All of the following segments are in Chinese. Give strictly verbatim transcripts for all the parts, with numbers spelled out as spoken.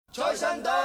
财神到，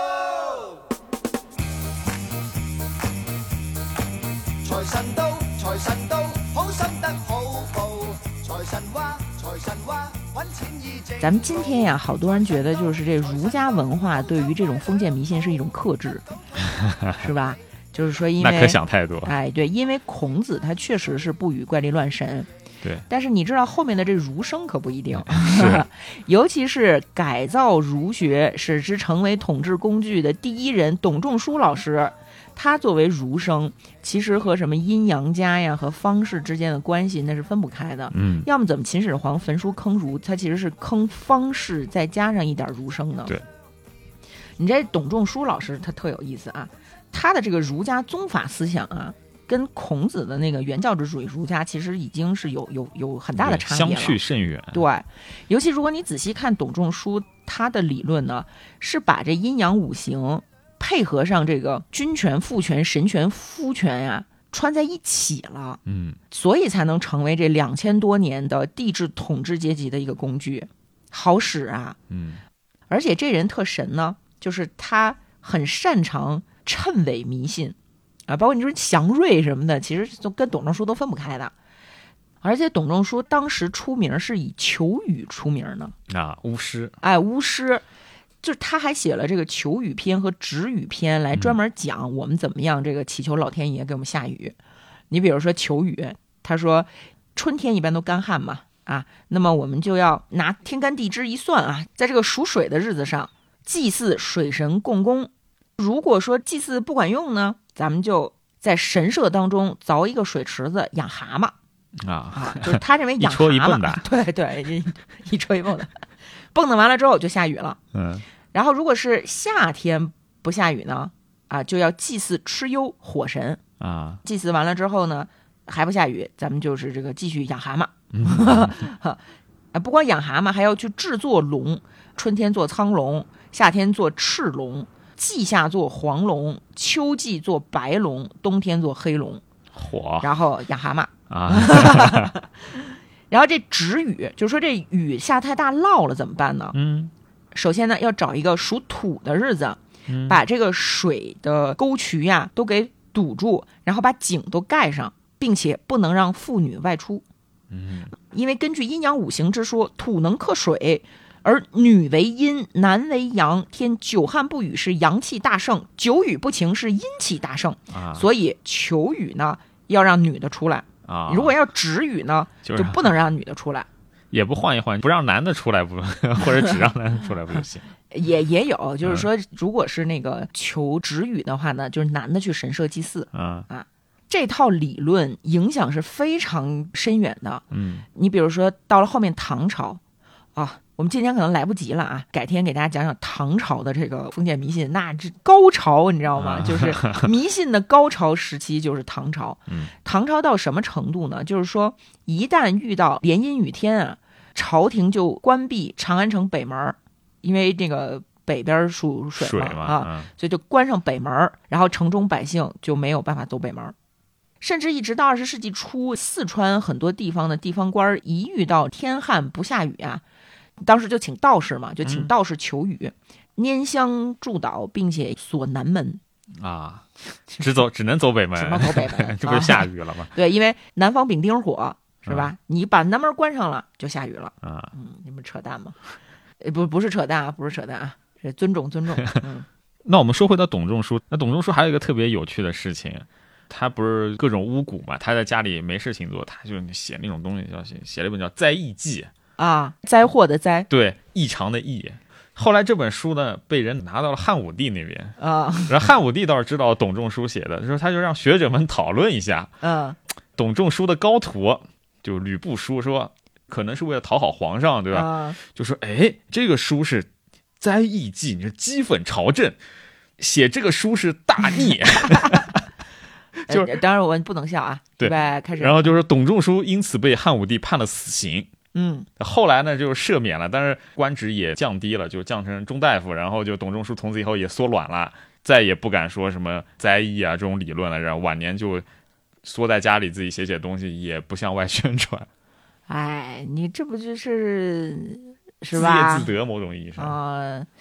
财神到，财神到，好心得好報。財神話，財神話，揾錢易挣。 咱们今天呀，好多人觉得就是这儒家文化对于这种封建迷信是一种克制，是吧？就是说，因为那可想太多。 哎，对，因为孔子他确实是不与怪力乱神。 对， 但是你知道后面的这儒生可不一定， 是尤其是改造儒学，使之成为统治工具的第一人董仲舒老师，他作为儒生，其实和什么阴阳家呀和方士之间的关系那是分不开的。 嗯， 要么怎么秦始皇焚书坑儒，他其实是坑方士再加上一点儒生呢？ 对， 你这董仲舒老师他特有意思啊，他的这个儒家宗法思想啊。跟孔子的那个原教旨主义儒家其实已经是有有有很大的差别了， 相去甚远。 对，尤其如果你仔细看董仲舒他的理论呢，是把这阴阳五行配合上这个君权、父权、神权、夫权呀、啊、串在一起了， 嗯， 所以才能成为这两千多年的帝制统治阶级的一个工具，好使啊。 嗯， 而且这人特神呢，就是他很擅长谶纬迷信。啊，包括你说祥瑞什么的，其实都跟董仲舒都分不开的。而且董仲舒当时出名是以求雨出名的啊，巫师， 哎，巫师，就是他还写了这个求雨篇和止雨篇，来专门讲我们怎么样这个祈求老天爷给我们下雨。嗯、你比如说求雨，他说春天一般都干旱嘛，啊，那么我们就要拿天干地支一算啊，在这个属水的日子上祭祀水神共工。如果说祭祀不管用呢，咱们就在神社当中凿一个水池子养蛤蟆啊, 啊，就是他认为养蛤蟆一戳一蹦的，对对，一, 一戳一蹦的，蹦跶完了之后就下雨了。 嗯， 然后如果是夏天不下雨呢，啊，就要祭祀蚩尤火神啊， 祭祀完了之后呢，还不下雨，咱们就是这个继续养蛤蟆。 嗯、 啊，不光养蛤蟆，还要去制作龙，春天做苍龙，夏天做赤龙。季夏做黄龙，秋季做白龙，冬天做黑龙， 火， 然后养蛤蟆啊。 然后这止雨，就是说这雨下太大涝了怎么办呢？ 嗯， 首先呢，要找一个属土的日子， 嗯、 把这个水的沟渠呀都给堵住，然后把井都盖上，并且不能让妇女外出。 嗯， 因为根据阴阳五行之说，土能克水。而女为阴，男为阳，天久旱不雨是阳气大盛，久雨不晴是阴气大盛、啊、所以求雨呢要让女的出来啊，如果要止雨呢、就是、就不能让女的出来， 也不换一换，不让男的出来不，或者只让男的出来不就行？ 也也有，就是说，如果是那个求止雨的话呢，就是男的去神社祭祀啊啊。这套理论影响是非常深远的。 嗯， 你比如说到了后面唐朝啊。我们今天可能来不及了啊，改天给大家讲讲唐朝的这个封建迷信，那这高潮你知道吗？就是迷信的高潮时期就是唐朝。唐朝到什么程度呢？就是说一旦遇到连阴雨天啊，朝廷就关闭长安城北门，因为这个北边属水嘛, 水嘛啊、嗯，所以就关上北门，然后城中百姓就没有办法走北门。甚至一直到二十世纪初，四川很多地方的地方官一遇到天旱不下雨啊，当时就请道士嘛，就请道士求雨，嗯、拈香祝祷，并且锁南门啊，只走只能走北门， 只能走北门， 这不是下雨了吗？ 啊、对，因为南方丙丁火是吧？嗯、你把南门关上了，就下雨了啊。 嗯，你们扯淡吗？不，不是扯淡啊，不是扯淡啊，是尊重尊重。嗯， 那我们说回到董仲舒，那董仲舒还有一个特别有趣的事情。他不是各种巫蛊嘛？他在家里没事情做，他就写那种东西，叫写写了一本叫《灾异记》 啊，灾祸的灾， 对，异常的异。后来这本书呢，被人拿到了汉武帝那边啊， 然后汉武帝倒是知道董仲舒写的，说他就让学者们讨论一下。 嗯， 董仲舒的高徒就吕不书说，可能是为了讨好皇上，对吧？ 啊、 就说哎，这个书是《灾异记》，你是讥讽朝政，写这个书是大逆。 就是、呃、当然我不能笑啊， 对吧？开始， 然后就是董仲舒因此被汉武帝判了死刑。 嗯， 后来呢就赦免了，但是官职也降低了，就降成中大夫。然后就董仲舒从此以后也缩卵了，再也不敢说什么灾异啊这种理论了。然后晚年就缩在家里自己写写东西，也不向外宣传。 哎，你这不就是是吧？ 自业自得，某种意义上啊、呃，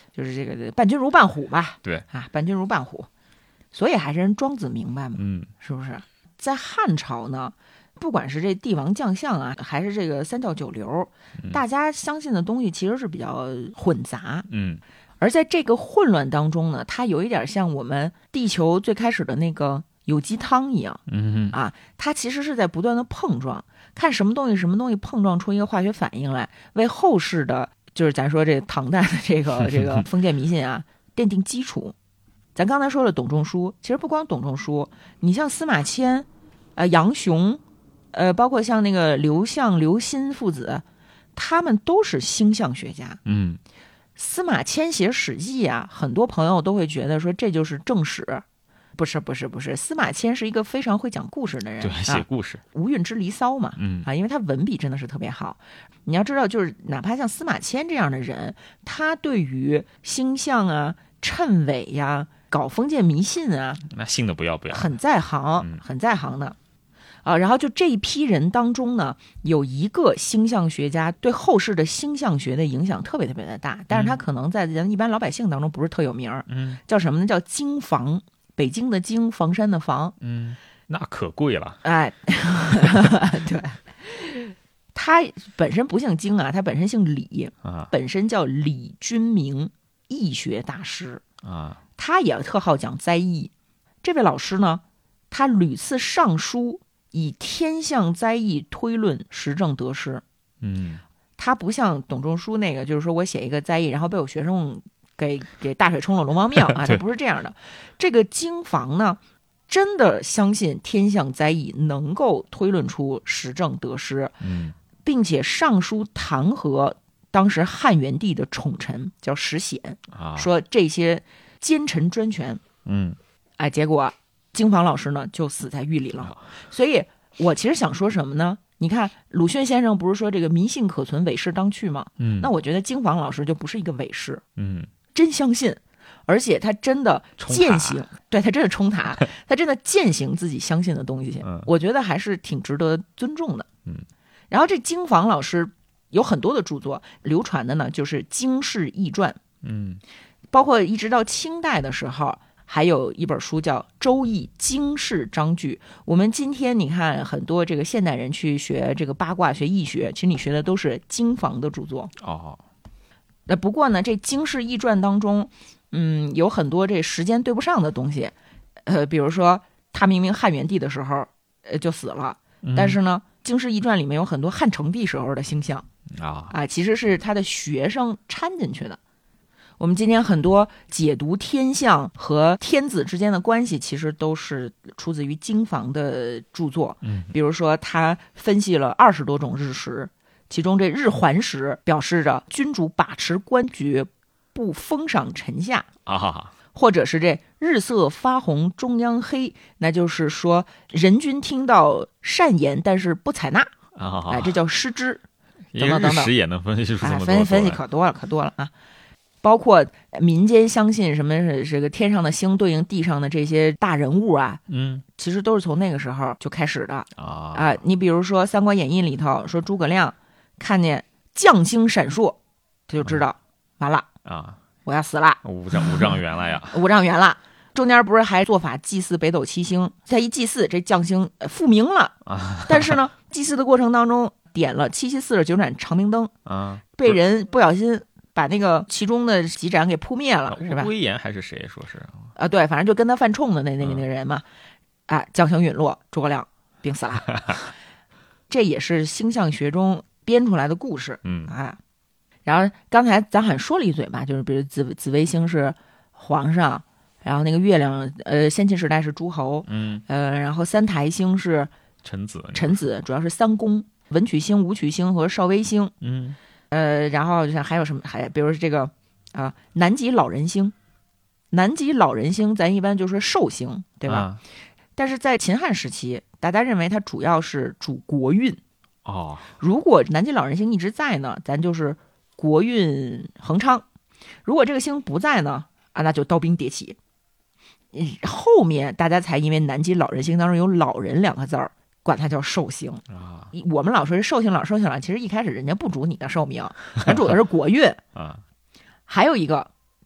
就是这个伴君如伴虎吧？ 对啊，伴君如伴虎，所以还是人庄子明白嘛， 嗯， 是不是？在汉朝呢，不管是这帝王将相啊，还是这个三教九流， 嗯大家相信的东西其实是比较混杂。 嗯而在这个混乱当中呢，它有一点像我们地球最开始的那个有机汤一样嗯啊，它其实是在不断的碰撞，看什么东西什么东西碰撞出一个化学反应来，为后世的就是咱说这唐代的这个这个封建迷信啊奠定基础。咱刚才说了董仲舒，其实不光董仲舒，你像司马迁、呃杨雄，呃包括像那个刘向、刘歆父子，他们都是星象学家。 嗯司马迁写《史记》啊，很多朋友都会觉得说这就是正史，不是不是不是，司马迁是一个非常会讲故事的人， 对，写故事， 啊、无韵之离骚嘛， 嗯啊，因为他文笔真的是特别好。你要知道，就是哪怕像司马迁这样的人，他对于星象啊、谶纬呀、搞封建迷信啊， 那信的不要不要， 很在行， 嗯很在行的。啊，然后就这一批人当中呢，有一个星象学家对后世的星象学的影响特别特别的大，但是他可能在咱一般老百姓当中不是特有名儿， 嗯叫什么呢？叫京房，北京的京，房山的房， 嗯，那可贵了， 哎，对，他本身不姓京啊，他本身姓李， 啊本身叫李君明，易学大师， 啊他也特好讲灾异。这位老师呢，他屡次上书以天象灾异推论实证得失。 嗯他不像董仲舒那个，就是说我写一个灾异，然后被我学生给给大水冲了龙王庙啊，他不是这样的。这个经房呢，真的相信天象灾异能够推论出实证得失， 嗯并且上书弹劾当时汉元帝的宠臣叫石显， 啊， 说这些奸臣专权。 嗯哎，结果经房老师呢就死在狱里了。所以我其实想说什么呢？你看鲁迅先生不是说这个迷信可存，伪事当去吗？ 嗯， 那我觉得经房老师就不是一个伪事， 嗯真相信，而且他真的践行，对他真的冲塔，他真的践行自己相信的东西， 嗯我觉得还是挺值得尊重的。 嗯， 然后这经房老师有很多的著作，流传的呢就是《经世异传》， 嗯包括一直到清代的时候，还有一本书叫《周易经世章句》。我们今天你看很多这个现代人去学这个八卦、学易学，其实你学的都是经房的著作。 哦， 那不过呢，这《经世异传》当中，嗯，有很多这时间对不上的东西。呃，比如说他明明汉元帝的时候，呃就死了， 嗯但是呢，《经世异传》里面有很多汉成帝时候的星象啊啊，其实是他的学生掺进去的。我们今天很多解读天象和天子之间的关系，其实都是出自于经房的著作。 嗯， 比如说他分析了二十多种日食，其中这日环食表示着君主把持官爵，不封赏臣下啊， 或者是这日色发红，中央黑，那就是说人君听到善言，但是不采纳啊， 哎，这叫失之。 因为等等等等日食也能分析出这么哎， 多， 分析分析可多了，可多了啊！包括民间相信什么是这个天上的星对应地上的这些大人物啊， 嗯其实都是从那个时候就开始的啊啊。你比如说《三国演义》里头说诸葛亮看见将星闪烁，他就知道完了， 啊， 我要死了， 五丈五丈原了呀， 五丈原了。中间不是还做法祭祀北斗七星，他一祭祀这将星呃复明了啊， 但是呢，祭祀的过程当中点了七七四十九盏长明灯啊， 被人不小心把那个其中的几盏给扑灭了，是吧？ 威严还是谁说是啊，对，反正就跟他犯冲的那那个那个人嘛，啊，将星陨落，诸葛亮病死了。这也是星象学中编出来的故事， 嗯啊。然后刚才咱还说了一嘴嘛，就是比如紫紫微星是皇上，然后那个月亮，呃，先秦时代是诸侯， 嗯， 呃，然后三台星是臣子， 臣子，主要是三公，文曲星、武曲星和少微星， 嗯， 呃，然后就像还有什么，还比如这个啊，南极老人星，南极老人星，咱一般就说寿星，对吧？ 啊但是在秦汉时期，大家认为它主要是主国运。 哦， 如果南极老人星一直在呢，咱就是国运恒昌；如果这个星不在呢，啊，那就刀兵迭起。嗯后面大家才因为南极老人星当中有老人两个字儿，管它叫寿星啊。 我们老说是寿星老寿星老，其实一开始人家不主你的寿命，人主的是国运。 啊， 还有一个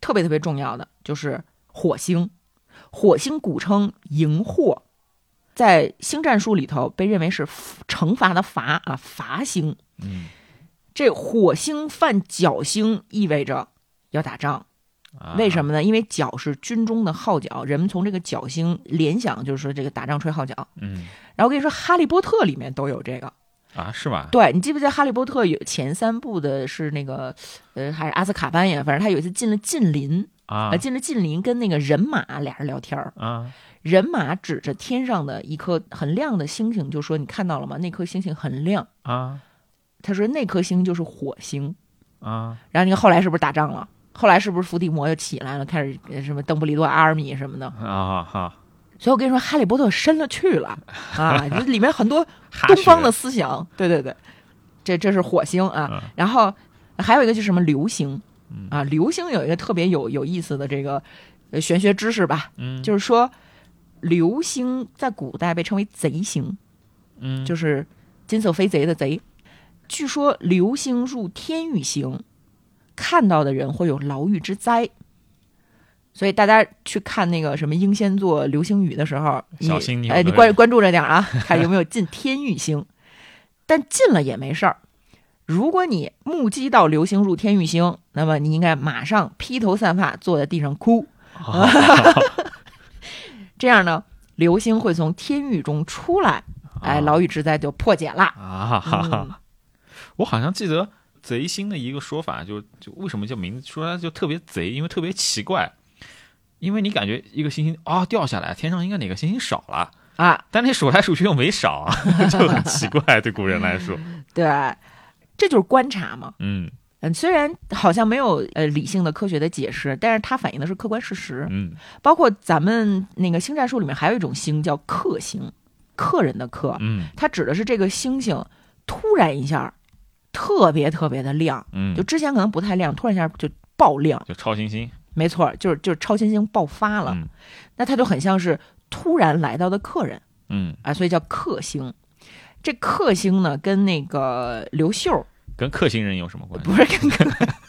特别特别重要的就是火星。火星古称荧惑，在星战术里头被认为是惩罚的罚啊，罚星。 嗯， 这火星犯角星意味着要打仗。为什么呢？因为角是军中的号角，人们从这个角星联想就是说这个打仗吹号角。 嗯， 然后我跟你说，哈利波特里面都有这个啊，是吗？ 对，你记不记得哈利波特有前三部的是那个呃还是阿斯卡班呀？反正他有一次进了禁林啊， 进了禁林跟那个人马俩人聊天啊， 人马指着天上的一颗很亮的星星就说：“你看到了吗？那颗星星很亮啊。” 他说：“那颗星就是火星啊。” 然后你看后来是不是打仗了？后来是不是伏地魔又起来了，开始什么邓布利多阿尔米什么的啊哈？ 所以我跟你说，哈利波特深了去了啊！这里面很多东方的思想，对对对，这这是火星啊。 嗯、 然后还有一个就是什么流星啊，流星有一个特别有有意思的这个玄学知识吧， 嗯， 就是说流星在古代被称为贼星， 嗯， 就是金色飞贼的贼。据说流星入天狱星，看到的人会有牢狱之灾。所以大家去看那个什么英仙座流星雨的时候， 小心你哎，你关关注着点啊，看有没有进天狱星。但进了也没事儿。如果你目击到流星入天狱星，那么你应该马上披头散发坐在地上哭。哦、这样呢，流星会从天狱中出来，哎，牢狱之灾就破解了啊、 嗯！ 我好像记得贼星的一个说法，就就为什么叫名字说它就特别贼，因为特别奇怪。因为你感觉一个星星啊、哦、掉下来，天上应该哪个星星少了啊， 但那数来数去又没少，就很奇怪。对古人来说， 对，这就是观察嘛。 嗯嗯，虽然好像没有呃理性的科学的解释，但是它反映的是客观事实。 嗯， 包括咱们那个星战术里面还有一种星叫克星，客人的客， 嗯， 它指的是这个星星突然一下特别特别的亮， 嗯， 就之前可能不太亮，突然一下就爆亮， 就超新星。 没错，就是就是超新星爆发了， 嗯、 那它就很像是突然来到的客人， 嗯啊，所以叫克星。这克星呢，跟那个刘秀， 跟克星人有什么关系？ 不是跟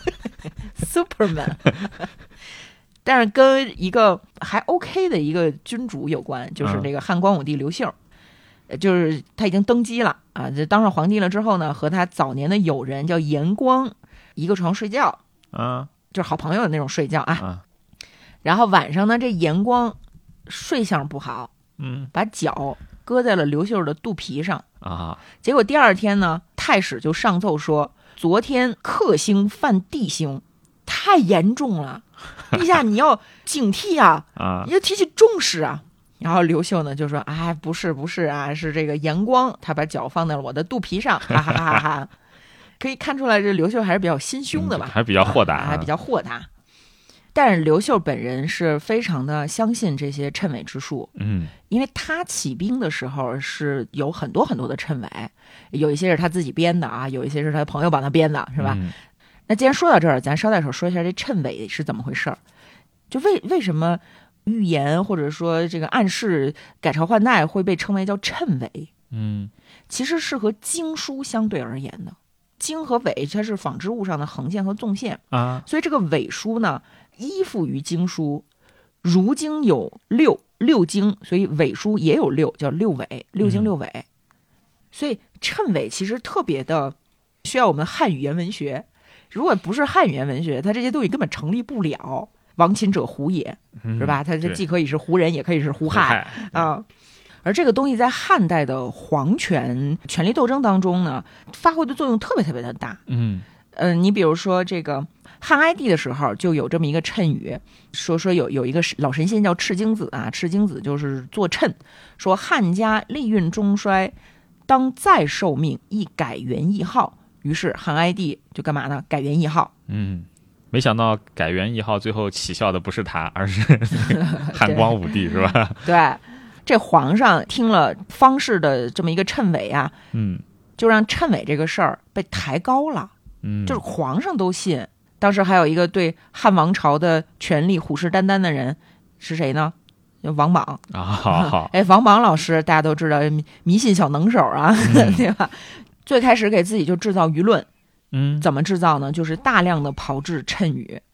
Superman， 但是跟一个还 OK 的一个君主有关，就是这个汉光武帝刘秀，嗯、就是他已经登基了啊，这当上皇帝了之后呢，和他早年的友人叫严光一个床睡觉啊。 就是好朋友的那种睡觉啊， 啊然后晚上呢，这严光睡相不好， 嗯， 把脚搁在了刘秀的肚皮上啊， 结果第二天呢，太史就上奏说，昨天克星犯地星，太严重了，陛下你要警惕啊， 啊， 你要提起重视啊。然后刘秀呢就说，哎，不是不是啊，是这个严光他把脚放在了我的肚皮上，哈哈哈哈。可以看出来，这刘秀还是比较心胸的吧， 嗯、还比较豁达、 啊，还比较豁达。但是刘秀本人是非常的相信这些谶纬之术， 嗯， 因为他起兵的时候是有很多很多的谶纬，有一些是他自己编的啊，有一些是他的朋友帮他编的，是吧？ 嗯、 那既然说到这儿，咱捎带手说一下这谶纬是怎么回事儿。就为为什么预言或者说这个暗示改朝换代会被称为叫谶纬？ 嗯， 其实是和经书相对而言的。经和纬它是纺织物上的横线和纵线啊， 所以这个纬书呢依附于经书，儒经有六六经，所以纬书也有六，叫六纬，六经六纬、嗯、所以谶纬其实特别的需要我们汉语言文学，如果不是汉语言文学，它这些东西根本成立不了。亡秦者胡也、嗯、是吧？它这既可以是胡人也可以是胡亥啊。而这个东西在汉代的皇权权力斗争当中呢，发挥的作用特别特别的大。 嗯， 呃，你比如说这个汉哀帝的时候就有这么一个谶语，说说有有一个老神仙叫赤精子啊，赤精子就是做谶，说汉家利运中衰，当再受命，亦改元谥号。于是汉哀帝就干嘛呢？改元谥号。 嗯，没想到改元谥号最后起效的不是他，而是汉光武帝，是吧？ 对。这皇上听了方士的这么一个谶纬啊， 嗯， 就让谶纬这个事儿被抬高了， 嗯， 就是皇上都信。当时还有一个对汉王朝的权力虎视眈眈的人是谁呢？王莽啊，好， 哎，王莽老师大家都知道，迷信小能手啊，嗯、对吧？最开始给自己就制造舆论， 嗯， 怎么制造呢？就是大量的炮制谶语。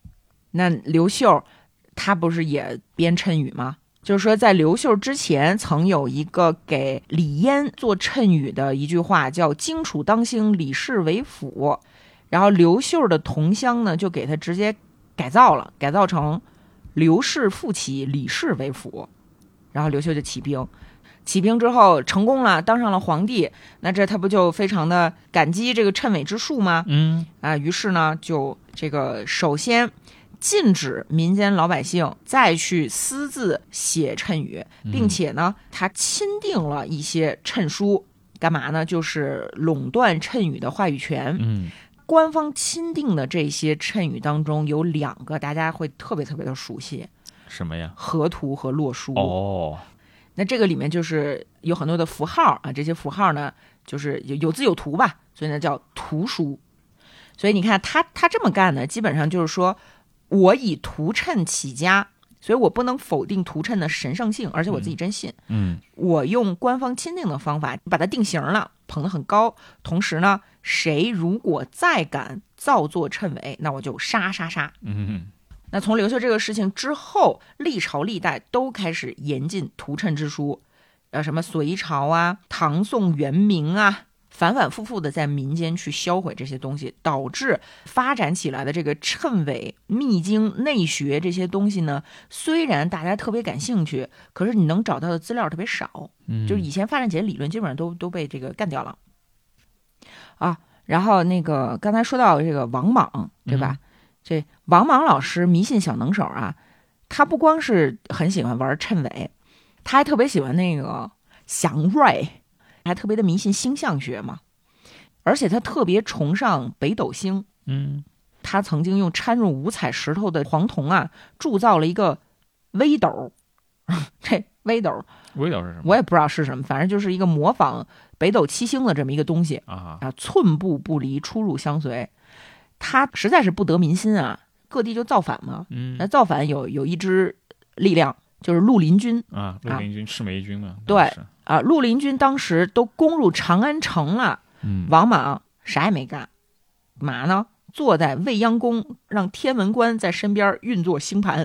那刘秀他不是也编谶语吗？就是说在刘秀之前曾有一个给李嫣做谶语的一句话叫荆楚当兴，李氏为辅，然后刘秀的同乡呢就给他直接改造了，改造成刘氏复起，李氏为辅。然后刘秀就起兵，起兵之后成功了，当上了皇帝，那这他不就非常的感激这个谶纬之术吗？ 嗯啊，于是呢就这个首先禁止民间老百姓再去私自写谶语，并且呢，他钦定了一些谶书，干嘛呢？就是垄断谶语的话语权。 嗯， 官方钦定的这些谶语当中有两个大家会特别特别的熟悉， 什么呀？ 河图和洛书。 哦， 那这个里面就是有很多的符号啊，这些符号呢，就是有有字有图吧，所以呢叫图书。所以你看他他这么干呢，基本上就是说，我以图谶起家，所以我不能否定图谶的神圣性，而且我自己真信。 嗯， 我用官方钦定的方法把它定型了，捧得很高。同时呢，谁如果再敢造作谶纬，那我就杀杀杀。 嗯， 那从刘秀这个事情之后，历朝历代都开始严禁图谶之书，呃，什么隋朝啊、唐宋元明啊，反反复复的在民间去销毁这些东西，导致发展起来的这个谶纬、秘经、内学这些东西呢，虽然大家特别感兴趣，可是你能找到的资料特别少， 嗯就是以前发展起来理论基本上都都被这个干掉了啊。然后那个刚才说到这个王莽，对吧？嗯，这王莽老师迷信小能手啊，他不光是很喜欢玩谶纬，他还特别喜欢那个祥瑞，还特别的迷信星象学嘛，而且他特别崇尚北斗星。 嗯， 他曾经用掺入五彩石头的黄铜啊，铸造了一个微斗。这微斗， 微斗是什么？ 我也不知道是什么，反正就是一个模仿北斗七星的这么一个东西啊啊，寸步不离，出入相随。他实在是不得民心啊，各地就造反嘛。 嗯， 那造反有有一支力量，就是绿林军啊，绿林军、赤眉军嘛。 对啊，绿林军当时都攻入长安城了。 嗯， 王莽啥也没干，嘛呢？坐在未央宫，让天文官在身边运作星盘，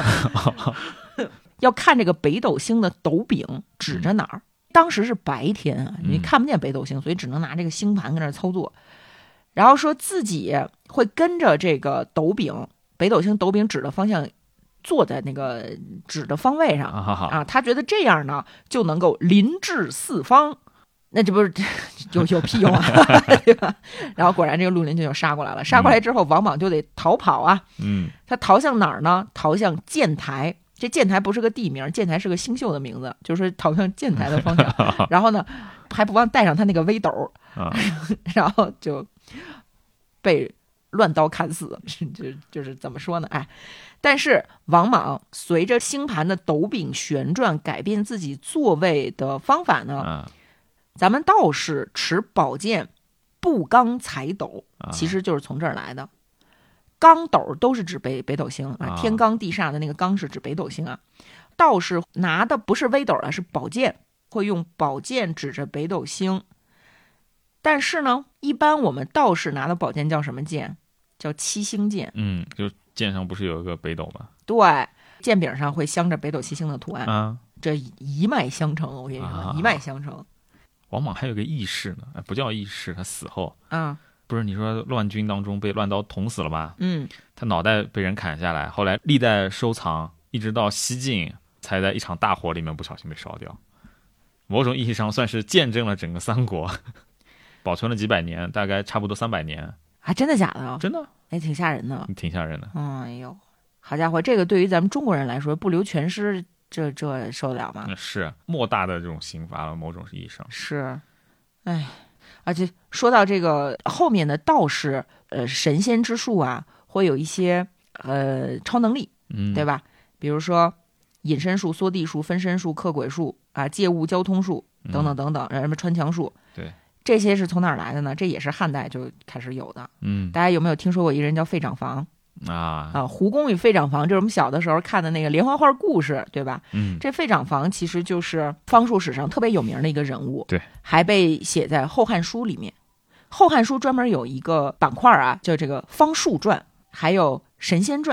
要看这个北斗星的斗柄指着哪儿。当时是白天啊，你看不见北斗星，所以只能拿这个星盘跟那操作。然后说自己会跟着这个斗柄，北斗星斗柄指的方向，坐在那个指的方位上啊，他觉得这样呢就能够临治四方。那这不是有有屁用啊，对吧？然后果然这个绿林军就杀过来了，杀过来之后，王莽就得逃跑啊。 嗯， 他逃向哪儿呢？逃向建台。这建台不是个地名，建台是个星宿的名字，就是逃向建台的方向。然后呢，还不忘带上他那个微斗， 啊、 然后就被乱刀砍死。就就是怎么说呢？哎，但是王莽随着星盘的斗柄旋转，改变自己座位的方法呢？ 啊咱们道士持宝剑步刚踩斗，其实就是从这儿来的。刚斗都是指北北斗星啊，天罡地煞的那个罡是指北斗星啊。道士拿的不是微斗了，是宝剑，会用宝剑指着北斗星。但是呢，一般我们道士拿的宝剑叫什么剑？叫七星剑。 嗯，就剑上不是有一个北斗吗？ 对，剑柄上会镶着北斗七星的图案啊， 这一脉相承。我跟你说， 啊、 一脉相承。 王莽还有个义士呢，不叫义士，他死后啊， 不是你说乱军当中被乱刀捅死了吗？ 嗯， 他脑袋被人砍下来，后来历代收藏，一直到西晋才在一场大火里面不小心被烧掉。某种意义上算是见证了整个三国，保存了几百年，大概差不多三百年。 啊，真的假的？ 真的， 哎，挺吓人的， 挺吓人的。 哎呦，好家伙，这个对于咱们中国人来说，不留全尸。这这受得了吗？ 是莫大的这种刑罚了，某种意义上是，哎，而且说到这个后面的道士，呃，神仙之术啊，会有一些呃超能力， 嗯， 对吧？比如说隐身术、缩地术、分身术、克鬼术啊、借物交通术等等等等，什么穿墙术， 对， 这些是从哪儿来的呢？这也是汉代就开始有的。 嗯， 大家有没有听说过一人叫费长房？ 啊啊，胡公与费长房，这是我们小的时候看的那个连环画故事，对吧？ 嗯， 这费长房其实就是方术史上特别有名的一个人物， 对， 还被写在《后汉书》里面。《后汉书》专门有一个板块啊，叫这个方术传，还有神仙传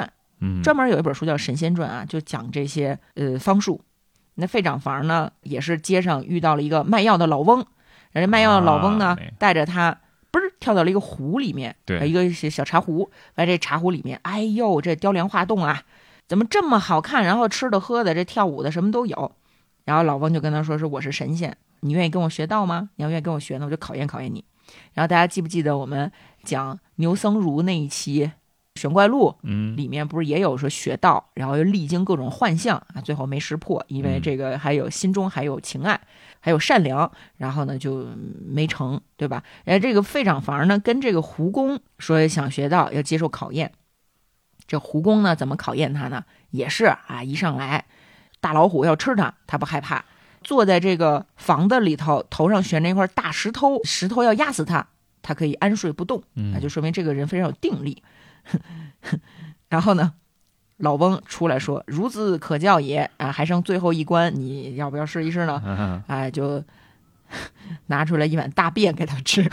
嗯， 专门有一本书叫《神仙传》啊，就讲这些呃方术。那费长房呢，也是街上遇到了一个卖药的老翁，人家卖药的老翁呢， 啊、 带着他不是跳到了一个湖里面， 对， 一个小茶壶，在这茶壶里面，哎呦，这雕梁画栋啊，怎么这么好看？然后吃的喝的，这跳舞的什么都有。然后老翁就跟他说：“是我是神仙，你愿意跟我学道吗？你要愿意跟我学呢，我就考验考验你。”然后大家记不记得我们讲牛僧孺那一期？玄怪录里面不是也有说学道，然后又历经各种幻象啊，最后没识破，因为这个还有心中还有情爱，还有善良，然后呢就没成，对吧？然后这个费长房呢跟这个胡公说想学道要接受考验，这胡公呢怎么考验他呢？也是啊，一上来大老虎要吃他，他不害怕，坐在这个房子里头，头上悬着一块大石头，石头要压死他，他可以安睡不动，那就说明这个人非常有定力。然后呢，老翁出来说：“孺子可教也啊，还剩最后一关，你要不要试一试呢？”哎，就拿出来一碗大便给他吃。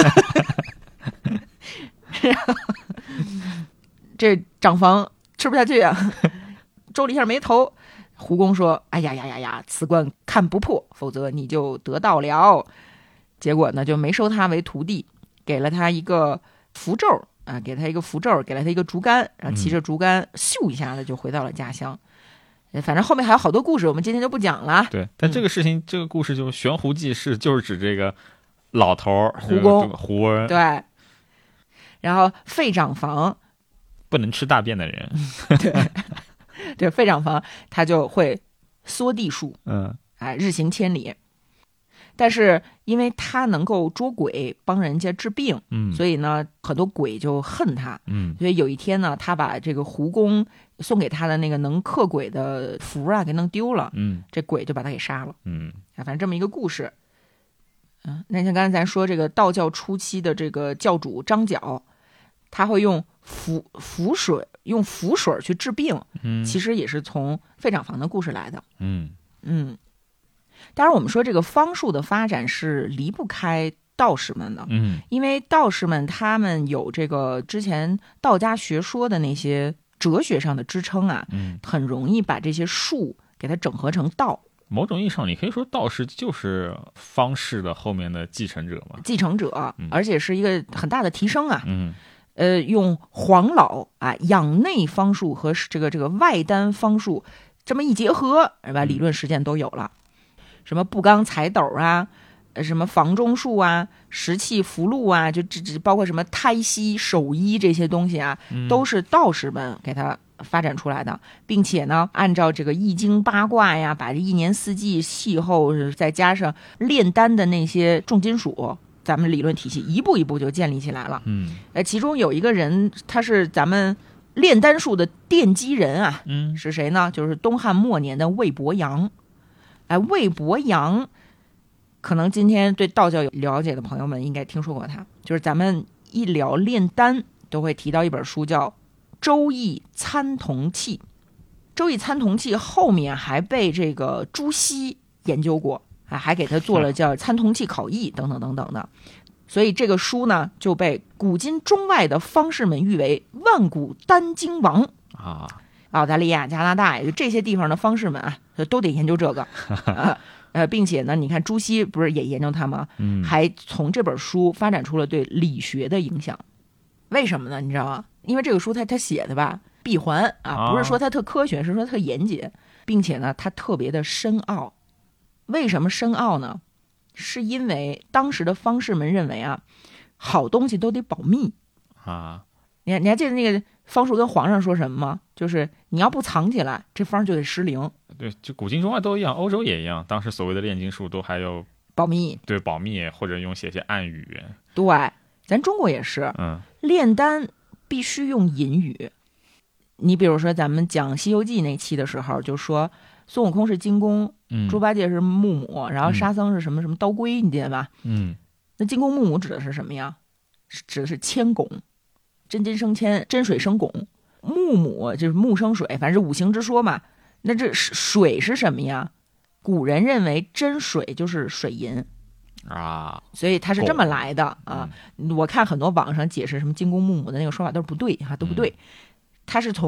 这长房吃不下去啊，皱了一下眉头。胡公说：“哎呀呀呀呀，此关看不破，否则你就得道了。”结果呢，就没收他为徒弟，给了他一个符咒。啊，给他一个符咒，给了他一个竹竿，然后骑着竹竿，咻一下子就回到了家乡。嗯、反正后面还有好多故事，我们今天就不讲了。 对，但这个事情，嗯、这个故事就悬壶济世，就是指这个老头胡公胡文。 对。然后费长房， 不能吃大便的人。 对，对，费长房他就会缩地术， 嗯， 哎，日行千里。但是因为他能够捉鬼帮人家治病， 嗯， 所以呢很多鬼就恨他， 嗯， 所以有一天呢，他把这个胡公送给他的那个能克鬼的符啊给弄丢了， 嗯， 这鬼就把他给杀了， 嗯， 啊，反正这么一个故事。嗯，那像刚才咱说这个道教初期的这个教主张角，他会用符符水用符水去治病， 嗯， 其实也是从费长房的故事来的， 嗯嗯。当然我们说这个方术的发展是离不开道士们的， 嗯， 因为道士们他们有这个之前道家学说的那些哲学上的支撑啊， 嗯， 很容易把这些术给它整合成道。 某种意义上你可以说道士就是方士的后面的继承者嘛， 继承者， 嗯、 而且是一个很大的提升啊。 嗯， 呃，用黄老啊养内方术和这个这个外丹方术这么一结合，是吧？理论实践都有了。什么步罡彩斗啊，什么房中术啊，石器符箓啊，就这这包括什么胎息手医这些东西啊， 嗯、 都是道士们给它发展出来的，并且呢，按照这个易经八卦呀，把这一年四季气候，再加上炼丹的那些重金属，咱们理论体系一步一步就建立起来了。 嗯， 呃，其中有一个人，他是咱们炼丹术的奠基人啊， 嗯， 是谁呢？就是东汉末年的魏伯阳。哎，魏伯阳，可能今天对道教有了解的朋友们应该听说过他。就是咱们一聊炼丹，都会提到一本书叫《周易参同契》。《周易参同契》后面还被这个朱熹研究过，啊，还给他做了叫《参同契考异》等等等等的。所以这个书呢，就被古今中外的方士们誉为万古丹经王啊。 澳大利亚、加拿大，就这些地方的方士们啊，都得研究这个，呃呃，并且呢，你看朱熹不是也研究它吗？ 嗯， 还从这本书发展出了对理学的影响。为什么呢？你知道吗？因为这个书它它写的吧，闭环啊，不是说它特科学，是说特严谨，并且呢，它特别的深奥。为什么深奥呢？是因为当时的方士们认为啊，好东西都得保密啊。 你还你还记得那个方术跟皇上说什么吗？就是你要不藏起来，这方就得失灵。 对，就古今中外都一样，欧洲也一样。当时所谓的炼金术都还有保密， 对，保密或者用写些暗语。 对，咱中国也是， 嗯， 炼丹必须用隐语。你比如说咱们讲《西游记》那期的时候，就说孙悟空是金公， 嗯， 猪八戒是木母，然后沙僧是什么什么刀龟，你记得吧？ 嗯， 那金公木母指的是什么呀？指的是千汞。真金生铅，真水生汞，木母就是木生水，反正是五行之说嘛。那这水是什么呀？古人认为真水就是水银啊， 所以它是这么来的、 嗯、 啊。我看很多网上解释什么金公木母的那个说法都是不对哈，都不对。它是从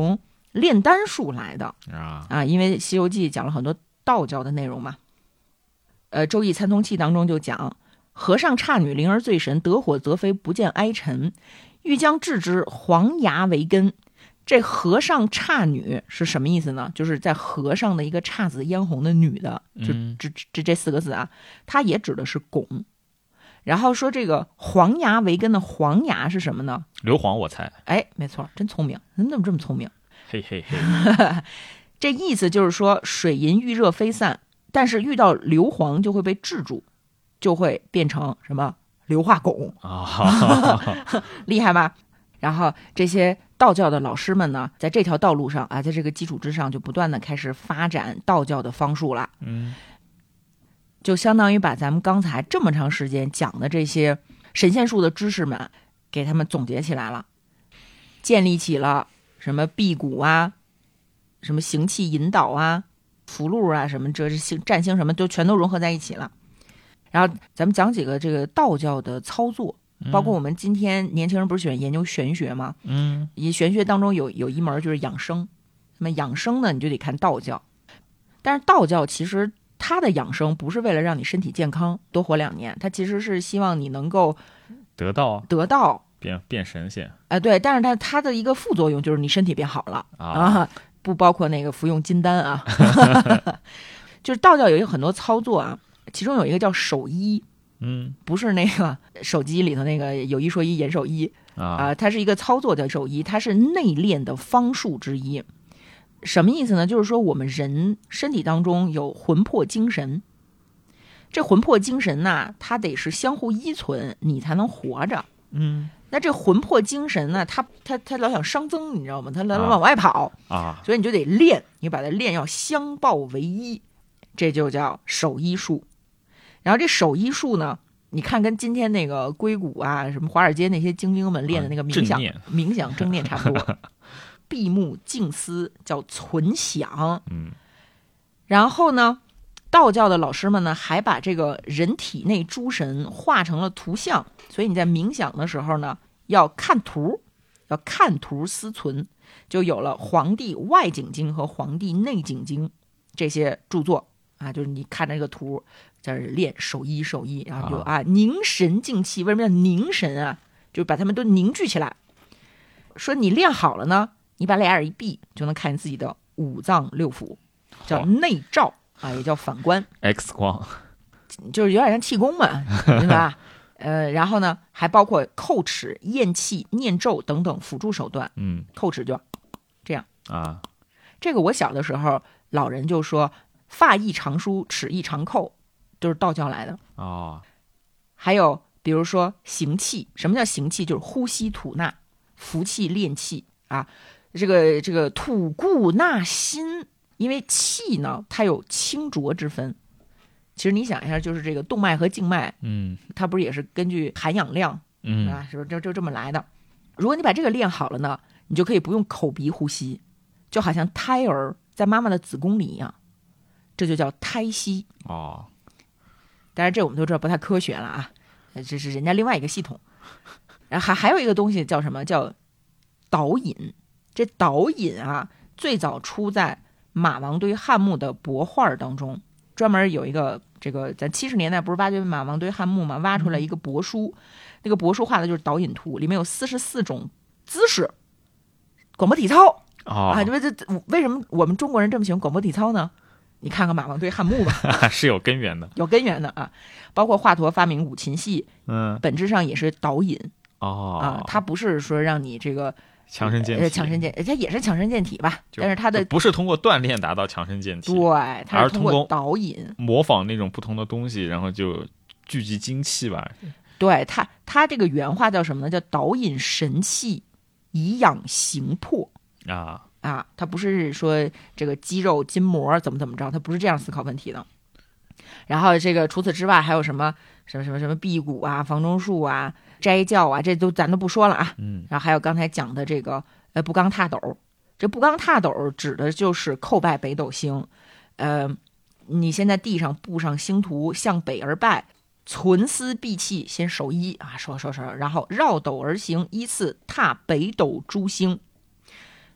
炼丹术来的啊啊，因为《西游记》讲了很多道教的内容嘛。呃，《周易参通气》当中就讲，和尚差女灵儿最神，得火则飞，不见哀尘，欲将制之，黄牙为根。这和尚差女是什么意思呢？就是在和尚的一个姹紫嫣红的女的，就这这这四个字啊，它也指的是汞。然后说这个黄牙为根的黄牙是什么呢？ 硫磺，我猜。 哎，没错，真聪明，你怎么这么聪明？ 嘿嘿嘿， 这意思就是说，水银遇热飞散，但是遇到硫磺就会被制住，就会变成什么硫化汞啊， 厉害吧？然后这些道教的老师们呢，在这条道路上啊，在这个基础之上，就不断的开始发展道教的方术了。 嗯， 就相当于把咱们刚才这么长时间讲的这些神仙术的知识们，给他们总结起来了，建立起了什么辟谷啊，什么行气引导啊，符箓啊，什么这是占星什么，都全都融合在一起了。然后咱们讲几个这个道教的操作。包括我们今天年轻人不是喜欢研究玄学吗？ 嗯， 以玄学当中有有一门就是养生，那么养生呢，你就得看道教。但是道教其实它的养生不是为了让你身体健康多活两年，它其实是希望你能够得道得道变变神仙。 哎、呃，对，但是它它的一个副作用就是你身体变好了啊, 啊，不包括那个服用金丹啊。就是道教有一个很多操作啊，其中有一个叫手医。 嗯， 不是那个手机里头那个有一说一严手医啊、呃，它是一个操作的手医，它是内练的方术之一。什么意思呢？就是说我们人身体当中有魂魄精神，这魂魄精神呐，它得是相互依存，你才能活着。 嗯， 那这魂魄精神呢，它它它老想熵增，你知道吗？它老往外跑啊， 所以你就得练，你把它练要相抱为一，这就叫手医术。然后这手医术呢，你看跟今天那个硅谷啊、什么华尔街那些精英们练的那个冥想、 啊、 冥想正念差不多。闭目静思叫存想。 嗯。 然后呢，道教的老师们呢，还把这个人体内诸神画成了图像，所以你在冥想的时候呢，要看图，要看图思存，就有了《黄帝外景经》和《黄帝内景经》这些著作啊，就是你看着这个图。在这练手医手医，然后就啊凝神静气。为什么叫凝神啊？就是把他们都凝聚起来。说你练好了呢，你把俩眼一闭，就能看见自己的五脏六腑，叫内照啊，也叫反观 X 光， 就是有点像气功嘛，对吧？呃，然后呢，还包括叩齿、咽气、念咒等等辅助手段。 嗯， 叩齿就这样啊。 这个我小的时候，老人就说发意长舒，齿意长叩。都是道教来的哦， 还有比如说行气，什么叫行气？就是呼吸吐纳，服气练气啊。这个这个吐故纳新，因为气呢，它有清浊之分。其实你想一下，就是这个动脉和静脉， 嗯， 它不是也是根据含氧量， 嗯啊，是不是就就这么来的？如果你把这个练好了呢，你就可以不用口鼻呼吸，就好像胎儿在妈妈的子宫里一样，这就叫胎息哦。 当然这我们都知道不太科学了啊，这是人家另外一个系统。然后还还有一个东西叫什么？叫导引。这导引啊，最早出在马王堆汉墓的帛画当中，专门有一个这个，咱七十年代不是挖掘马王堆汉墓嘛，挖出来一个帛书，那个帛书画的就是导引图，里面有四十四种姿势，广播体操、 哦、 啊，因为这为什么我们中国人这么喜欢广播体操呢？你看看马王堆汉墓吧， 是有根源的， 有根源的啊。包括华佗发明五禽戏， 嗯， 本质上也是导引哦啊，它不是说让你这个强身健体， 呃、强身健，它也是强身健体吧，但是它的不是通过锻炼达到强身健体， 对，它是通过通过导引， 模仿那种不同的东西，然后就聚集精气吧。 对，它它这个原话叫什么呢？叫导引神气，以养形魄啊。 啊，他不是说这个肌肉筋膜怎么怎么着，他不是这样思考问题的。然后这个除此之外还有什么什么什么什么辟谷啊、房中术啊、斋教啊，这都咱都不说了啊。 嗯， 然后还有刚才讲的这个呃不刚踏斗，这不刚踏斗指的就是叩拜北斗星。呃，你先在地上布上星图，向北而拜，存思闭气，先手一啊，说说说，然后绕斗而行，依次踏北斗诸星。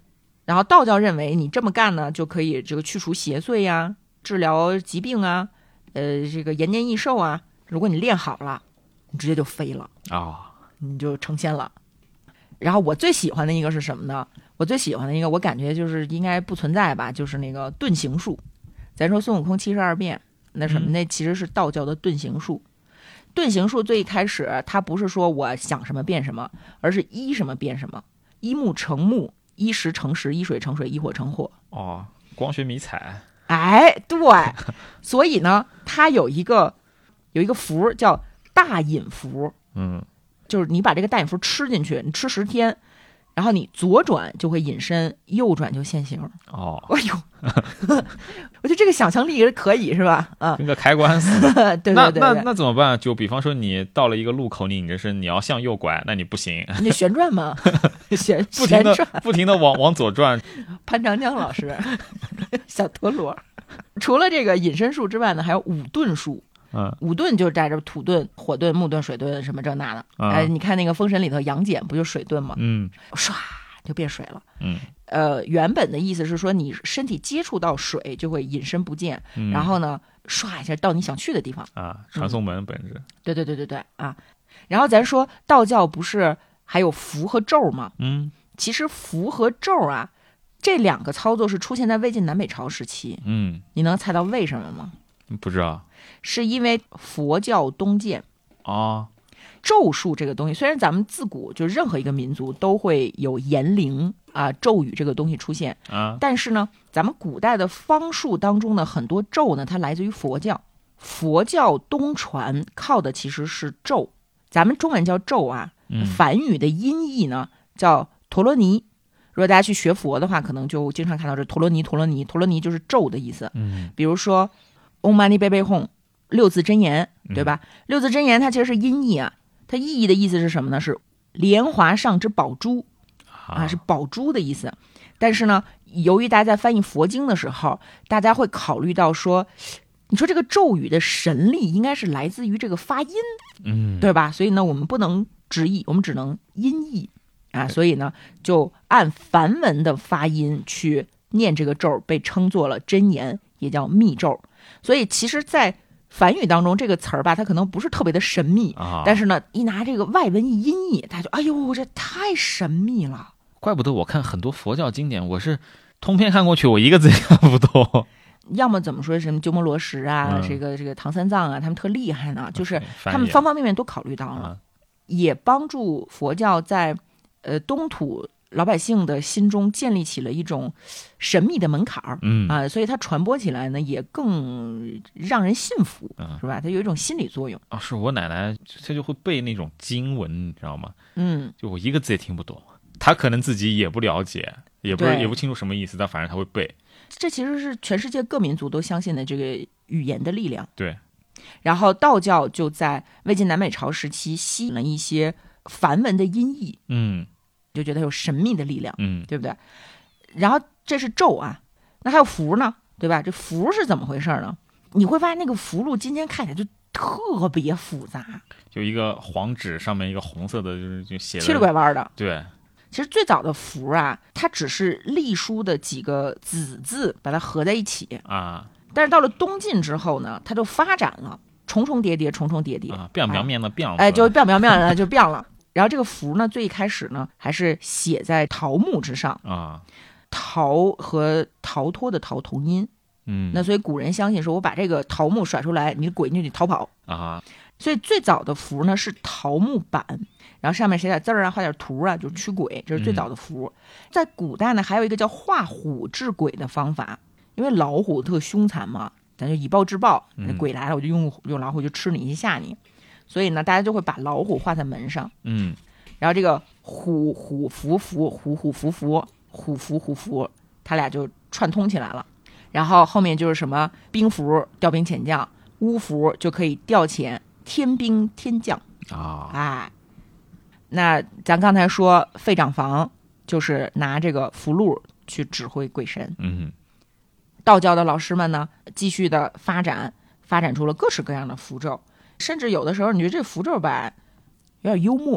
然后道教认为你这么干呢，就可以这个去除邪祟呀，治疗疾病啊，呃，这个延年益寿啊。如果你练好了，你直接就飞了啊、哦， 你就成仙了。然后我最喜欢的一个是什么呢？我最喜欢的一个，我感觉就是应该不存在吧，就是那个遁形术。咱说孙悟空七十二变，那什么，那其实是道教的遁形术。遁形术最一开始，它不是说我想什么变什么，而是依什么变什么，依木成木，依石成石，依水成水，依火成火。 哦，光学迷彩。 哎，对，所以呢，它有一个有一个符叫大隐符， 嗯，就是你把这个大隐符吃进去，你吃十天，然后你左转就会隐身，右转就现形。 哦， 哎呦，我觉得这个想象力可以是吧？啊， 跟个开关似的。 对对对那对， 那那怎么办？就比方说你到了一个路口，你隐着身，你要向右拐，那你不行， 你旋转嘛，旋不停的旋转不停的往往左转。 潘长江老师，小陀螺。除了这个隐身术之外呢，还有五遁术。 嗯， 五遁就带着土遁、火遁、木遁、水遁什么这那的。 嗯、 哎，你看那个《封神》里头杨戬不就水遁吗？ 嗯， 唰就变水了。 嗯， 呃，原本的意思是说你身体接触到水就会隐身不见， 嗯、 然后呢，唰一下到你想去的地方啊，传送门本质。 嗯、对对对对对啊。然后咱说道教不是还有符和咒吗？ 嗯， 其实符和咒啊，这两个操作是出现在魏晋南北朝时期。 嗯， 你能猜到为什么吗？ 不知道。 是因为佛教东渐。 哦， 咒术这个东西，虽然咱们自古就任何一个民族都会有言灵啊、咒语这个东西出现啊， 但是呢，咱们古代的方术当中的很多咒呢，它来自于佛教。佛教东传靠的其实是咒，咱们中文叫咒啊， 嗯、 梵语的音译呢叫陀罗尼。如果大家去学佛的话，可能就经常看到这陀罗尼，陀罗尼，陀罗尼就是咒的意思。 嗯， 比如说 Om Mani Padme Hum 六字真言，对吧？嗯、六字真言它其实是音译啊，它意义的意思是什么呢？是莲华上之宝珠啊，是宝珠的意思。但是呢，由于大家在翻译佛经的时候，大家会考虑到说，你说这个咒语的神力应该是来自于这个发音， 嗯， 对吧？所以呢，我们不能直译，我们只能音译啊。所以呢，就按梵文的发音去念这个咒，被称作了真言，也叫密咒。所以其实，在梵语当中这个词儿吧，它可能不是特别的神秘， 啊、 但是呢，一拿这个外文一音译，他就哎呦，这太神秘了。 怪不得我看很多佛教经典，我是通篇看过去，我一个字也看不懂。 要么怎么说什么鸠摩罗什啊， 嗯、 这个这个唐三藏啊，他们特厉害呢，就是他们方方面面都考虑到了，也帮助佛教在呃东土老百姓的心中建立起了一种神秘的门槛儿， 嗯啊，所以它传播起来呢也更让人信服， 嗯、 是吧？它有一种心理作用啊。是我奶奶，她就会背那种经文，你知道吗？ 嗯， 就我一个字也听不懂，她可能自己也不了解，也不是也不清楚什么意思，但反正她会背。 这其实是全世界各民族都相信的这个语言的力量。 对。 然后道教就在魏晋南北朝时期吸引了一些梵文的音译， 嗯。 就觉得有神秘的力量， 嗯， 对不对？然后这是咒啊，那还有符呢，对吧？这符是怎么回事呢？你会发现那个符箓今天看起来就特别复杂， 就一个黄纸上面一个红色的，就是就写的七里拐弯的。 对， 其实最早的符啊，它只是隶书的几个子字，把它合在一起啊。 但是到了东晋之后呢，它就发展了，重重叠叠，重重叠叠， 啊，变苗面的变， 哎，就变苗面了，就变了。然后这个符呢，最一开始呢，还是写在桃木之上啊， 逃和逃脱的逃同音， 嗯， 那所以古人相信说，我把这个桃木甩出来，你的鬼就得逃跑啊。 所以最早的符呢是桃木板，然后上面写点字儿啊，画点图啊，就是驱鬼，这是最早的符。嗯、在古代呢，还有一个叫画虎治鬼的方法，因为老虎特凶残嘛，咱就以暴制暴，那鬼来了我就用用老虎就吃你，吓你。所以呢，大家就会把老虎画在门上， 嗯， 然后这个虎虎符符虎虎符符虎符虎符，它俩就串通起来了。然后后面就是什么兵符调兵遣将，巫符就可以调遣天兵天将啊。 哎，那咱刚才说费长房就是拿这个符箓去指挥鬼神。 嗯， 道教的老师们呢，继续的发展，发展出了各式各样的符咒。甚至有的时候，你觉得这符咒吧，有点幽默，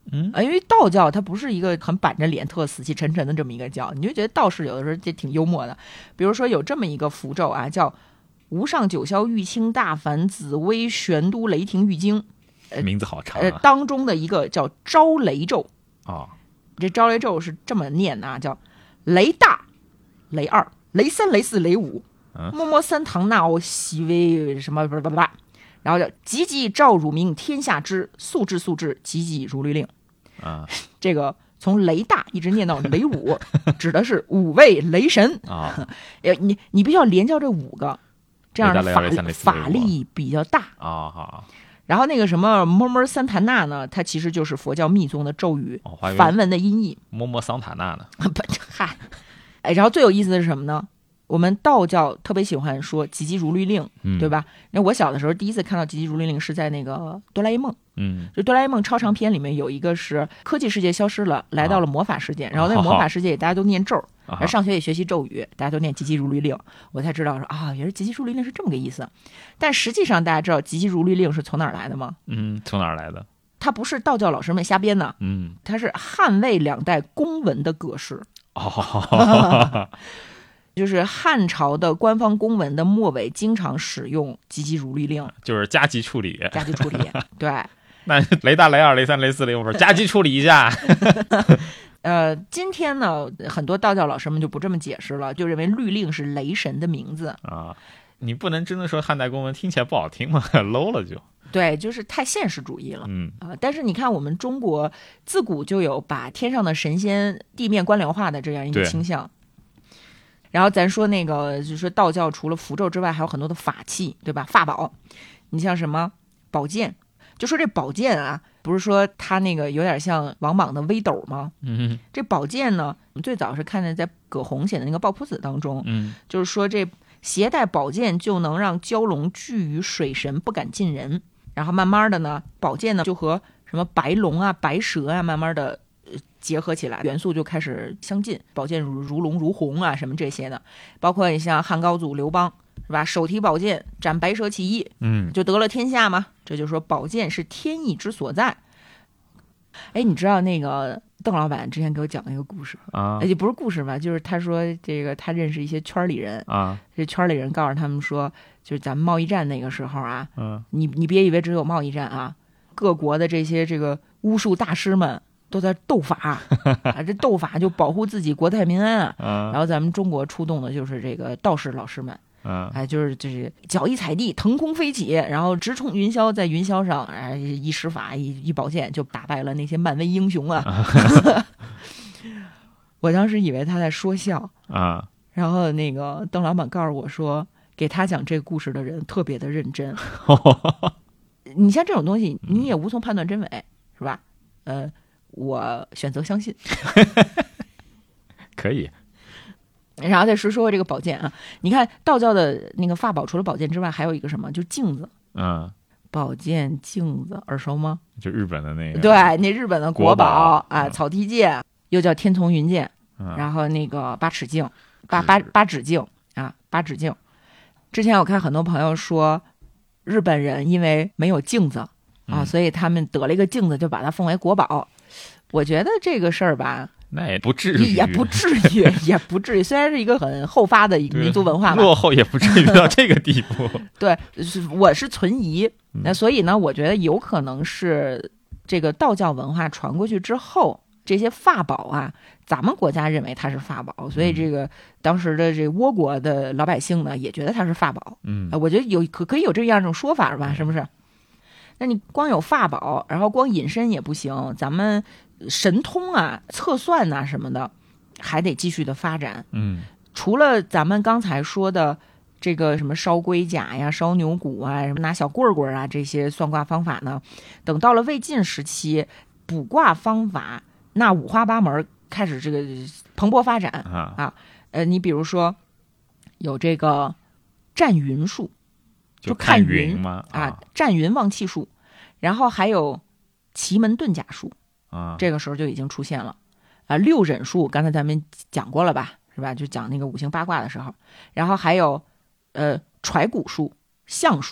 嗯呃，因为道教它不是一个很板着脸、特死气沉沉的这么一个教，你就觉得道士有的时候就挺幽默的。比如说有这么一个符咒啊，叫无上九霄玉清大梵紫微玄都雷霆玉经， 名字好长呃， 啊。 当中的一个叫招雷咒。 哦， 这招雷咒是这么念的啊，叫雷大、雷二、雷三、雷四、雷五， 嗯么么三堂闹喜微什么不不不，然后叫急急召汝明天下知，速至速至急急如律令。 啊这个从雷大一直念到雷五，指的是五位雷神啊呃，你你必须要连叫这五个，这样的法雷大雷二雷三雷四法雷五力比较大。 啊好。 然后那个什么么么三坛那呢，它其实就是佛教密宗的咒语， 哦，我还以为梵文的音译。 摸摸桑塔纳呢。 不，嗨，哎，然后最有意思的是什么呢？我们道教特别喜欢说急急如律令， 嗯对吧？那我小的时候第一次看到急急如律令是在那个哆啦 A 梦， 嗯就哆啦 A 梦超长篇里面有一个是科技世界消失了，来到了魔法世界，然后那个魔法世界里大家都念咒， 啊而上学也学习咒语，大家都念急急如律令，我才知道说啊，原来急急如律令是这么个意思。但实际上大家知道急急如律令是从哪儿来的吗？ 嗯，从哪儿来的？ 它不是道教老师们瞎编的， 嗯它是汉魏两代公文的格式。 哦就是汉朝的官方公文的末尾经常使用急急如律令就是加急处理。 加急处理。对， 那雷大雷二雷三雷四雷五加急处理一下。 呃，今天呢，很多道教老师们就不这么解释了，就认为律令是雷神的名字啊。你不能真的说汉代公文听起来不好听吗？low 了就。 对，就是太现实主义了。 嗯啊、呃，但是你看，我们中国自古就有把天上的神仙地面官僚化的这样一个倾向。然后咱说那个，就是说道教除了符咒之外，还有很多的法器，对吧？法宝，你像什么宝剑，就说这宝剑啊，不是说它那个有点像王莽的微斗吗？ 嗯这宝剑呢，我们最早是看见在葛洪写的那个《抱朴子》当中， 嗯， 就是说这携带宝剑就能让蛟龙惧于水神，不敢近人。然后慢慢的呢，宝剑呢就和什么白龙啊、白蛇啊，慢慢的结合起来，元素就开始相近，宝剑如如龙如虹啊，什么这些的，包括你像汉高祖刘邦是吧，手提宝剑斩白蛇起义， 嗯， 就得了天下嘛。这就说宝剑是天意之所在。哎，你知道那个邓老板之前给我讲了一个故事啊， 也不是故事吧，就是他说这个他认识一些圈里人啊， 这圈里人告诉他们说，就是咱们贸易战那个时候啊， 嗯， 你你别以为只有贸易战啊，各国的这些这个巫术大师们都在斗法啊，这斗法就保护自己国泰民安啊。 嗯， 然后咱们中国出动的就是这个道士老师们， 嗯， 哎，就是就是脚一踩地，腾空飞起，然后直冲云霄，在云霄上，哎，一施法一一宝剑就打败了那些漫威英雄啊。我当时以为他在说笑啊， 然后那个邓老板告诉我说，给他讲这个故事的人特别的认真。你像这种东西，你也无从判断真伪，是吧？呃，我选择相信。 可以。 然后再说说这个宝剑啊，你看道教的那个法宝，除了宝剑之外，还有一个什么，就镜子。 嗯， 宝剑、镜子，耳熟吗？ 就日本的那个。 对，那日本的国宝啊， 嗯、 草剃剑，又叫天丛云剑， 嗯、 然后那个八尺镜，八八八指镜啊，八指镜。之前我看很多朋友说，日本人因为没有镜子啊， 嗯、 所以他们得了一个镜子，就把它奉为国宝。我觉得这个事儿吧， 那也不至于， 也不至于，也不至于。虽然是一个很后发的一个民族文化吧， 落后也不至于到这个地步。 对，我是存疑。那所以呢，我觉得有可能是这个道教文化传过去之后，这些法宝啊，咱们国家认为它是法宝，所以这个当时的这倭国的老百姓呢，也觉得它是法宝。 嗯， 我觉得有可可以有这样一种说法吧，是不是？那你光有法宝，然后光隐身也不行，咱们神通啊、测算啊什么的，还得继续的发展。 嗯， 除了咱们刚才说的这个什么烧龟甲呀、烧牛骨啊、什么拿小棍棍啊这些算卦方法呢，等到了魏晋时期，卜卦方法那五花八门，开始这个蓬勃发展啊啊。呃，你比如说有这个占云术。 就看云吗？ 啊，占云望气术，然后还有奇门遁甲术啊， 这个时候就已经出现了啊。六壬术，刚才咱们讲过了吧，是吧？就讲那个五行八卦的时候，然后还有呃揣骨术、相术，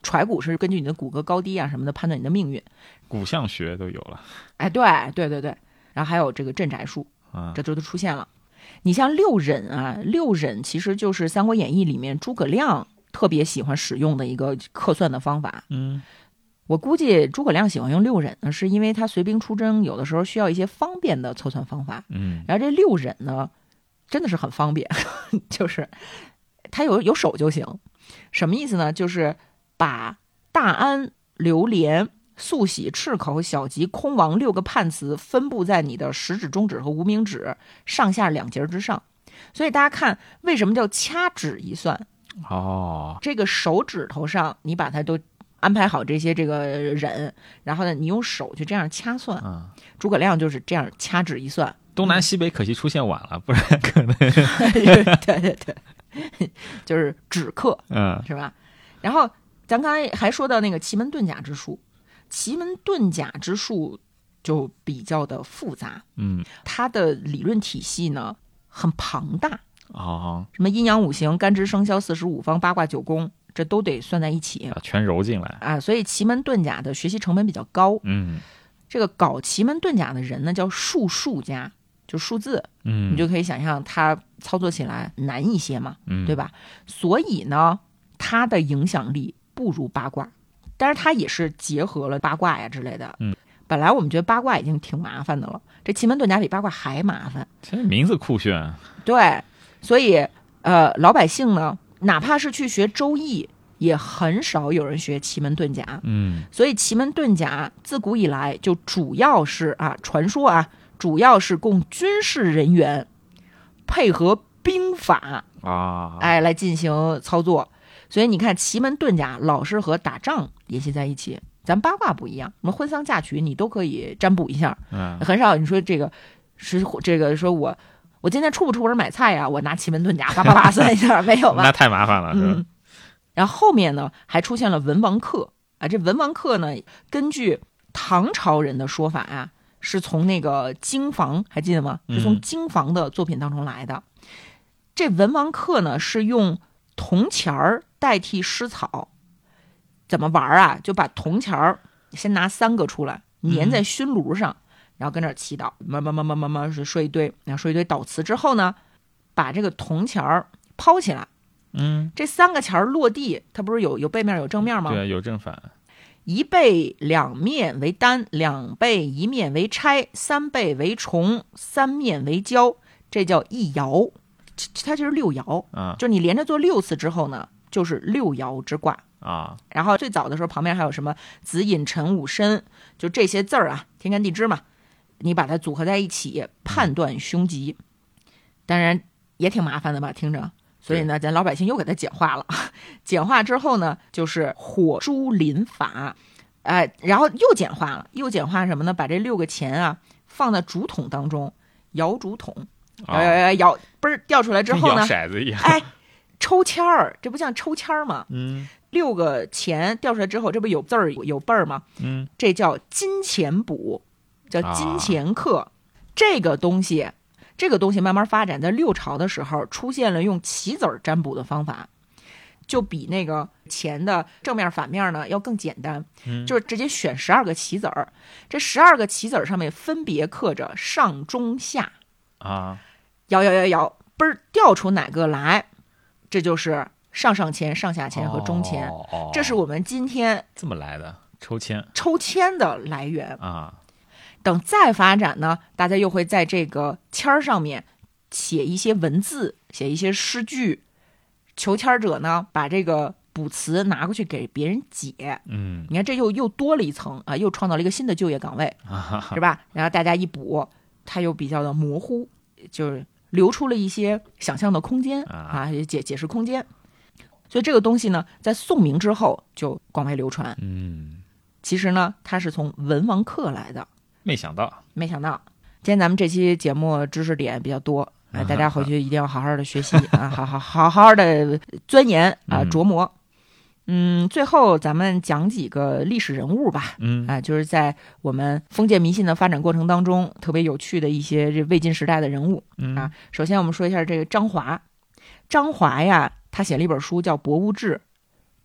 揣骨是根据你的骨骼高低啊什么的判断你的命运， 骨相学都有了。 哎，对对对对，然后还有这个镇宅术， 啊， 这都都出现了。你像六壬啊，六壬其实就是《三国演义》里面诸葛亮特别喜欢使用的一个测算的方法。 嗯， 我估计诸葛亮喜欢用六壬呢，是因为他随兵出征，有的时候需要一些方便的测算方法。 嗯， 然后这六壬呢，真的是很方便，就是他有有手就行。什么意思呢？就是把大安、榴莲、素喜、赤口、小吉、空王六个判词分布在你的食指、中指和无名指上下两节之上。所以大家看，为什么叫掐指一算？ 哦， 这个手指头上你把它都安排好这些这个人，然后呢，你用手去这样掐算。 嗯， 诸葛亮就是这样掐指一算。 东南西北可惜出现晚了，不然可能对对对，就是指刻， 嗯， 是吧？然后咱刚才还说到那个奇门遁甲之术，奇门遁甲之术就比较的复杂， 嗯， 它的理论体系呢很庞大， 哦， 什么阴阳五行、干支生肖、四时五方、八卦九宫，这都得算在一起把全揉进来。 啊。所以奇门遁甲的学习成本比较高。 嗯， 这个搞奇门遁甲的人呢叫术数家，就数字， 嗯， 你就可以想象他操作起来难一些嘛， 嗯， 对吧？所以呢，他的影响力不如八卦，但是他也是结合了八卦呀之类的。 嗯， 本来我们觉得八卦已经挺麻烦的了，这奇门遁甲比八卦还麻烦。 这名字酷炫。 对，所以呃，老百姓呢，哪怕是去学周易，也很少有人学奇门遁甲。 嗯， 所以奇门遁甲自古以来就主要是啊，传说啊，主要是供军事人员配合兵法啊， 哎来进行操作。所以你看奇门遁甲老是和打仗联系在一起，咱八卦不一样，什么婚丧嫁娶你都可以占卜一下， 嗯， 很少你说这个是这个说我我今天出不出门买菜呀，我拿奇门遁甲叭叭叭算一下，没有吧？ 那太麻烦了，是吧？ 嗯，然后后面呢还出现了文王课啊，这文王课呢，根据唐朝人的说法啊，是从那个经房还记得吗？是从经房的作品当中来的。嗯、这文王课呢是用铜钱儿代替湿草，怎么玩啊？就把铜钱儿先拿三个出来，粘在熏炉上，嗯、然后跟那儿祈祷，嘛嘛嘛嘛嘛嘛说一堆，然后说一堆祷词之后呢，把这个铜钱儿抛起来。 嗯， 这三个钱儿落地，它不是有有背面有正面吗？ 对，有正反。 一背两面为单，两背一面为钗，三背为重，三面为交，这叫一爻。它就是六爻啊， 就是你连着做六次之后呢，就是六爻之卦啊。 然后最早的时候，旁边还有什么子寅辰午申，就这些字儿啊，天干地支嘛，你把它组合在一起，判断凶吉。嗯、当然也挺麻烦的吧，听着。所以呢，咱老百姓又给它简化了。简化之后呢，就是火猪临法，哎，然后又简化了，又简化什么呢？把这六个钱啊放在竹筒当中，摇竹筒，摇摇摇摇，嘣儿掉出来之后呢， 摇骰子一样， 哎，抽签儿，这不像抽签儿吗？ 嗯， 六个钱掉出来之后，这不有字儿有辈儿吗？ 嗯， 这叫金钱卜，叫金钱课，啊、这个东西。这个东西慢慢发展，在六朝的时候出现了用棋子儿占卜的方法，就比那个钱的正面反面呢要更简单， 嗯、 就是直接选十二个棋子儿，这十二个棋子儿上面分别刻着上中下啊， 摇摇摇摇，嘣儿掉出哪个来，这就是上上签、上下签和中签， 哦哦、 这是我们今天这么来的抽签抽签的来源啊。 等再发展呢，大家又会在这个签儿上面写一些文字，写一些诗句。求签者呢，把这个卜辞拿过去给别人解。 嗯， 你看这又又多了一层啊，又创造了一个新的就业岗位， 啊、 是吧？然后大家一卜，它又比较的模糊，就是留出了一些想象的空间啊，解解释空间。所以这个东西呢，在宋明之后就广为流传。 嗯， 其实呢，它是从文王课来的。 没想到， 没想到，今天咱们这期节目知识点比较多，哎，大家回去一定要好好的学习啊，好好好好的钻研啊，琢磨。嗯，最后咱们讲几个历史人物吧， 嗯啊，就是在我们封建迷信的发展过程当中，特别有趣的一些这魏晋时代的人物啊。首先我们说一下这个张华，张华呀，他写了一本书叫《博物志》，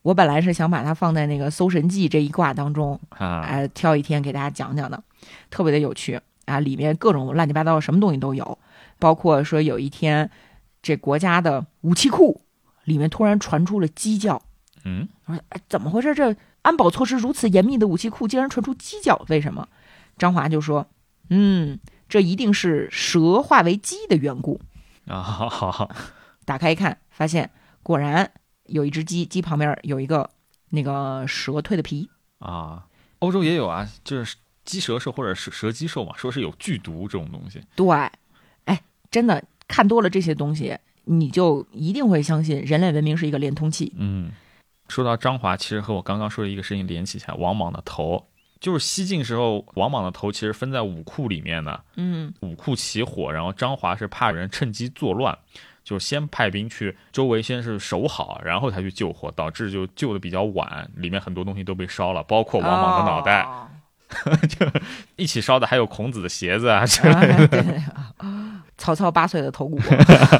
我本来是想把它放在那个《搜神记》这一卦当中， 啊， 哎、呃，挑一天给大家讲讲的，特别的有趣啊，里面各种乱七八糟什么东西都有，包括说有一天这国家的武器库里面突然传出了鸡叫， 嗯， 我说哎，怎么回事？这安保措施如此严密的武器库竟然传出鸡叫，为什么？张华就说，嗯，这一定是蛇化为鸡的缘故啊，好好好， 打开一看，发现果然有一只鸡，鸡旁边有一个那个蛇蜕的皮啊，欧洲也有啊，就是鸡蛇兽或者蛇蛇鸡兽嘛，说是有剧毒这种东西。 对，哎，真的看多了这些东西，你就一定会相信人类文明是一个连通器。 嗯，说到张华，其实和我刚刚说的一个事情联系起来，王莽的头，就是西晋时候王莽的头其实分在武库里面的， 嗯， 武库起火，然后张华是怕人趁机作乱，就先派兵去周围先是守好，然后才去救火，导致就救的比较晚，里面很多东西都被烧了，包括王莽的脑袋。 哦就一起烧的还有孔子的鞋子啊之类的、 啊、对对曹操八岁的头骨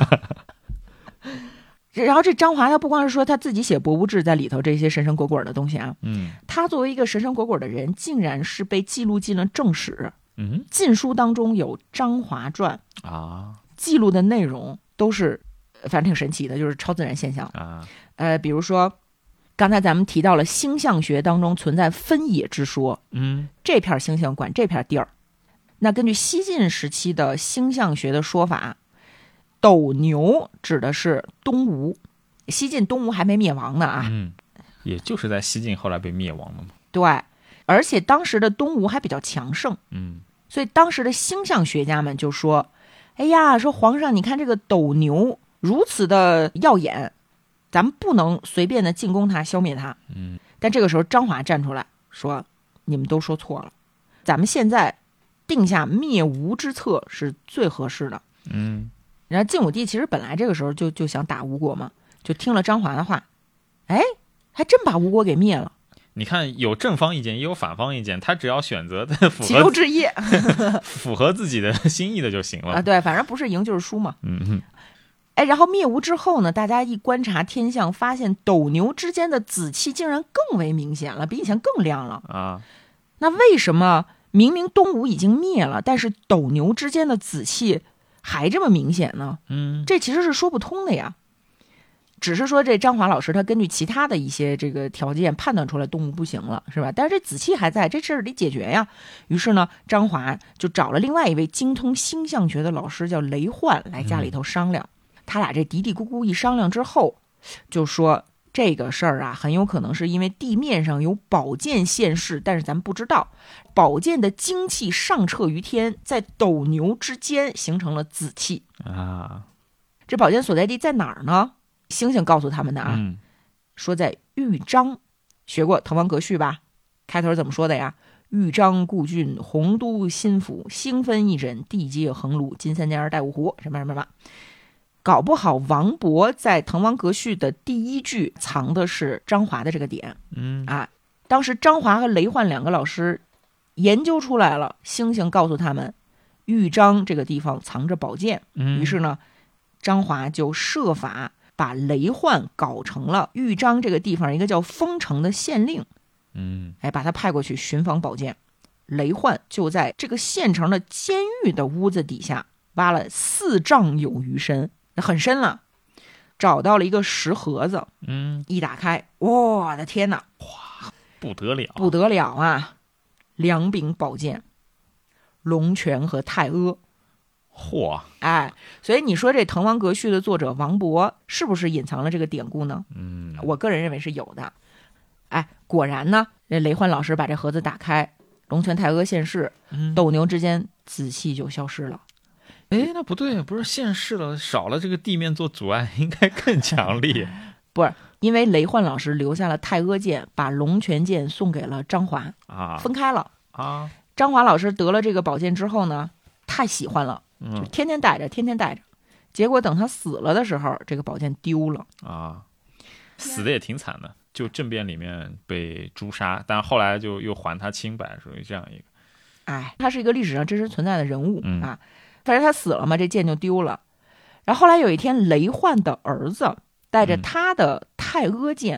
然后这张华他不光是说他自己写《博物志》在里头这些神神鬼鬼的东西啊， 嗯， 他作为一个神神鬼鬼的人，竟然是被记录进了正史。 嗯， 晋书当中有《张华传》 啊， 记录的内容都是反正挺神奇的，就是超自然现象啊。 呃，比如说刚才咱们提到了星象学当中存在分野之说， 嗯， 这片星星管这片地儿。那根据西晋时期的星象学的说法，斗牛指的是东吴，西晋东吴还没灭亡呢啊， 嗯，也就是在西晋后来被灭亡了嘛。 对，而且当时的东吴还比较强盛， 嗯， 所以当时的星象学家们就说，哎呀，说皇上你看这个斗牛如此的耀眼，咱们不能随便的进攻它消灭它。 嗯， 但这个时候张华站出来说，你们都说错了，咱们现在定下灭吴之策是最合适的。 嗯， 然后晋武帝其实本来这个时候就就想打吴国嘛，就听了张华的话，哎，还真把吴国给灭了。 你看有正方意见也有反方意见，他只要选择符其合中之一符合自己的心意的就行了啊，对，反正不是赢就是输嘛。 嗯哼， 哎，然后灭吴之后呢，大家一观察天象，发现斗牛之间的紫气竟然更为明显了，比以前更亮了啊。 那为什么明明东吴已经灭了，但是斗牛之间的紫气还这么明显呢？ 嗯， 这其实是说不通的呀。只是说这张华老师他根据其他的一些这个条件判断出来东吴不行了，是吧？但是这紫气还在，这事儿得解决呀。于是呢，张华就找了另外一位精通星象学的老师，叫雷焕，来家里头商量。嗯、他俩这嘀嘀咕咕一商量之后，就说这个事儿啊，很有可能是因为地面上有宝剑现世，但是咱们不知道，宝剑的精气上彻于天，在斗牛之间形成了紫气啊。 这宝剑所在地在哪儿呢？星星告诉他们的啊， 嗯、 说在豫章，学过《滕王阁序》吧？开头怎么说的呀？豫章故郡，洪都新府，星分翼轸，地接衡庐，金三江而带五湖，什么什么什么。搞不好王勃在《滕王阁序》的第一句藏的是张华的这个点。 嗯啊，当时张华和雷焕两个老师研究出来了，星星告诉他们，豫章这个地方藏着宝剑。 嗯， 于是呢，张华就设法把雷焕搞成了豫章这个地方一个叫丰城的县令， 嗯， 哎，把他派过去寻访宝剑。雷焕就在这个县城的监狱的屋子底下挖了四丈有余深，很深了，找到了一个石盒子， 嗯， 一打开，我的天哪， 哇，不得了， 不得了啊！两柄宝剑，龙泉和太阿。 嚯， 哎，所以你说这《滕王阁序》的作者王勃是不是隐藏了这个典故呢？ 嗯， 我个人认为是有的。哎，果然呢，雷焕老师把这盒子打开，龙泉太阿现世， 嗯、 斗牛之间紫气就消失了。 哎，那不对，不是现世了，少了这个地面做阻碍，应该更强力。 不是，因为雷焕老师留下了太阿剑，把龙泉剑送给了张华啊， 分开了啊。 张华老师得了这个宝剑之后呢，太喜欢了。 嗯， 就天天带着，天天带着，结果等他死了的时候，这个宝剑丢了啊，死的也挺惨的，就政变里面被诛杀，但后来就又还他清白，属于这样一个。 哎，他是一个历史上真实存在的人物、 嗯、 啊，反正他死了嘛，这剑就丢了。然后后来有一天，雷焕的儿子带着他的太阿剑、嗯、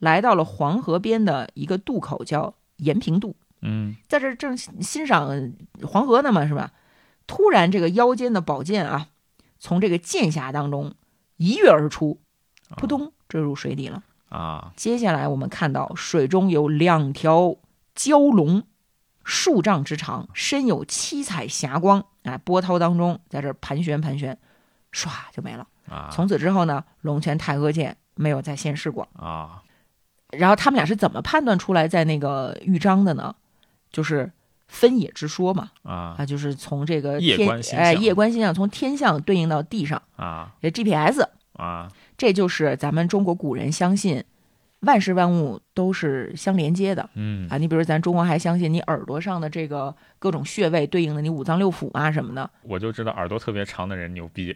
来到了黄河边的一个渡口，叫延平渡。 嗯， 在这正欣赏黄河呢嘛，是吧？突然，这个腰间的宝剑啊，从这个剑匣当中一跃而出，扑通坠入水底了。 啊， 接下来我们看到水中有两条蛟龙，数丈之长，身有七彩霞光，哎，波涛当中在这盘旋盘旋，唰就没了。 啊， 从此之后呢，龙泉太阿剑没有再现世过啊。 然后他们俩是怎么判断出来在那个豫章的呢？就是分野之说嘛， 啊啊，就是从这个夜天观星象哎夜观星象，从天象对应到地上啊， 这 G P S 啊， 这就是咱们中国古人相信万事万物都是相连接的。 嗯啊，你比如咱中国还相信你耳朵上的这个各种穴位对应的你五脏六腑啊什么的。 我就知道耳朵特别长的人牛逼。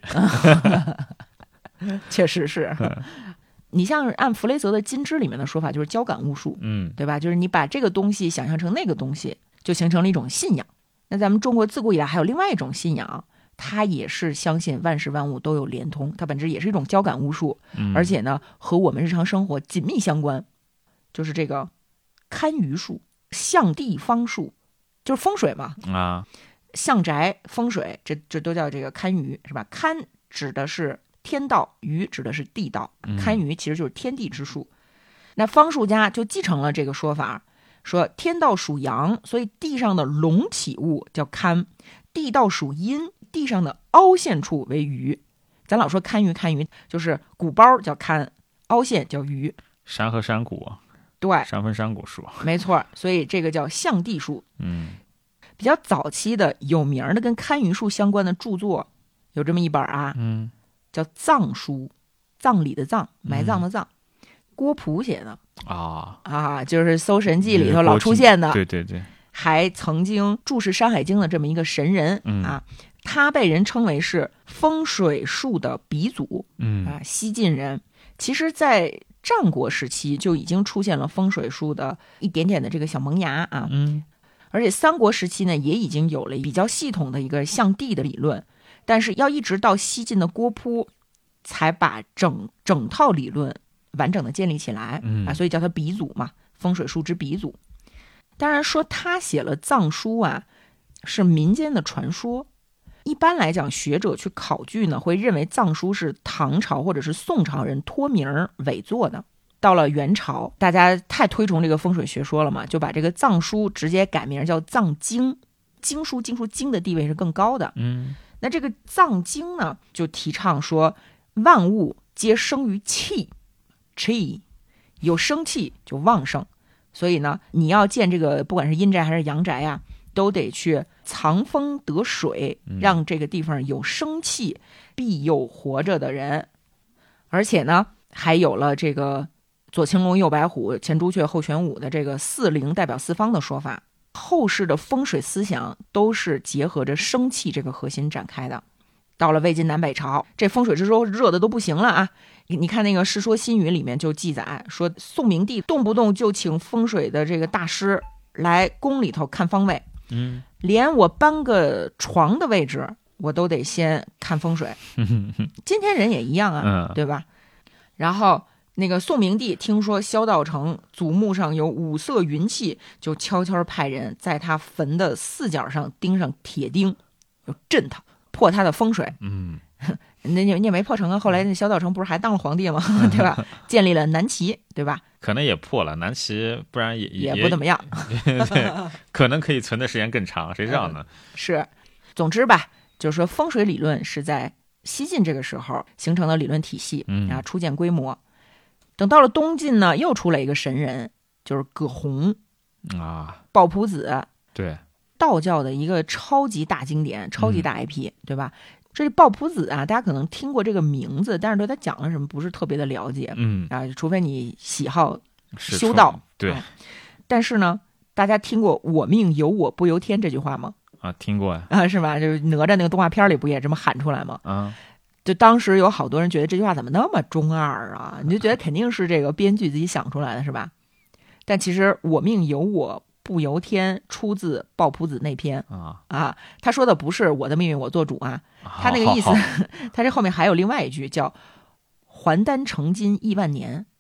确实是。你像按弗雷泽的金枝里面的说法，就是交感巫术， 嗯， 对吧？就是你把这个东西想象成那个东西，就形成了一种信仰。那咱们中国自古以来还有另外一种信仰，它也是相信万事万物都有连通，它本质也是一种交感巫术， 嗯而且呢和我们日常生活紧密相关，就是这个堪舆术、象地方术，就是风水嘛， 啊， 象宅、风水，这这都叫这个堪舆，是吧？堪指的是天道，舆指的是地道，堪舆其实就是天地之术。那方术家就继承了这个说法，说天道属阳，所以地上的隆起物叫堪；地道属阴，地上的凹陷处为舆。咱老说堪舆堪舆，就是鼓包叫堪，凹陷叫舆。 山和山谷， 对， 山分山谷术， 没错，所以这个叫象地术。 嗯， 比较早期的有名的跟堪舆术相关的著作有这么一本啊， 嗯， 叫《葬书》，葬礼的葬，埋葬的葬，嗯、郭璞写的啊啊，就是《搜神记》里头老出现的， 对对对， 还曾经注释《山海经》的这么一个神人、 嗯、 啊，他被人称为是风水术的鼻祖， 嗯啊，西晋人。其实，在战国时期就已经出现了风水术的一点点的这个小萌芽啊， 嗯， 而且三国时期呢，也已经有了比较系统的一个象地的理论。但是要一直到西晋的郭璞，才把整整套理论完整的建立起来、 嗯、 啊，所以叫他鼻祖嘛，风水术之鼻祖。当然说他写了葬书啊，是民间的传说。一般来讲，学者去考据呢，会认为葬书是唐朝或者是宋朝人托名伪作的。到了元朝，大家太推崇这个风水学说了嘛，就把这个葬书直接改名叫葬经。经书经书经的地位是更高的。 嗯， 那这个藏经呢，就提倡说万物皆生于气，气有生气就旺盛，所以呢，你要建这个不管是阴宅还是阳宅啊，都得去藏风得水，让这个地方有生气，庇佑活着的人。而且呢，还有了这个左青龙右白虎前朱雀后玄武的这个四灵代表四方的说法。后世的风水思想都是结合着生气这个核心展开的。到了魏晋南北朝，这风水之说热的都不行了啊！你看那个《世说新语》里面就记载说，宋明帝动不动就请风水的这个大师来宫里头看方位， 嗯， 连我搬个床的位置我都得先看风水。今天人也一样啊， 嗯、 对吧？然后那个宋明帝听说萧道成祖墓上有五色云气，就悄悄派人在他坟的四角上钉上铁钉，就震他，破他的风水。 嗯， 那你也没破成啊。后来那萧道成不是还当了皇帝吗？对吧？建立了南齐，对吧？ 可能也破了南齐，不然也也不怎么样。 对，可能可以存的时间更长，谁知道呢？ 嗯、是，总之吧，就是说风水理论是在西晋这个时候形成的理论体系， 嗯啊，初见规模。等到了东晋呢，又出来一个神人，就是葛洪啊， 抱朴子， 对， 道教的一个超级大经典、超级大 I P，、嗯、对吧？这抱朴子啊，大家可能听过这个名字，但是对他讲了什么不是特别的了解， 嗯啊，除非你喜好修道， 对、 啊。但是呢，大家听过"我命由我不由天"这句话吗？ 啊，听过呀， 啊，是吧？就是哪吒那个动画片里不也这么喊出来吗？ 啊。 就当时有好多人觉得这句话怎么那么中二啊？你就觉得肯定是这个编剧自己想出来的，是吧？但其实"我命由我不由天"出自抱朴子那篇啊啊，他说的不是我的命运我做主啊，他那个意思，他这后面还有另外一句叫"还丹成金亿万年"，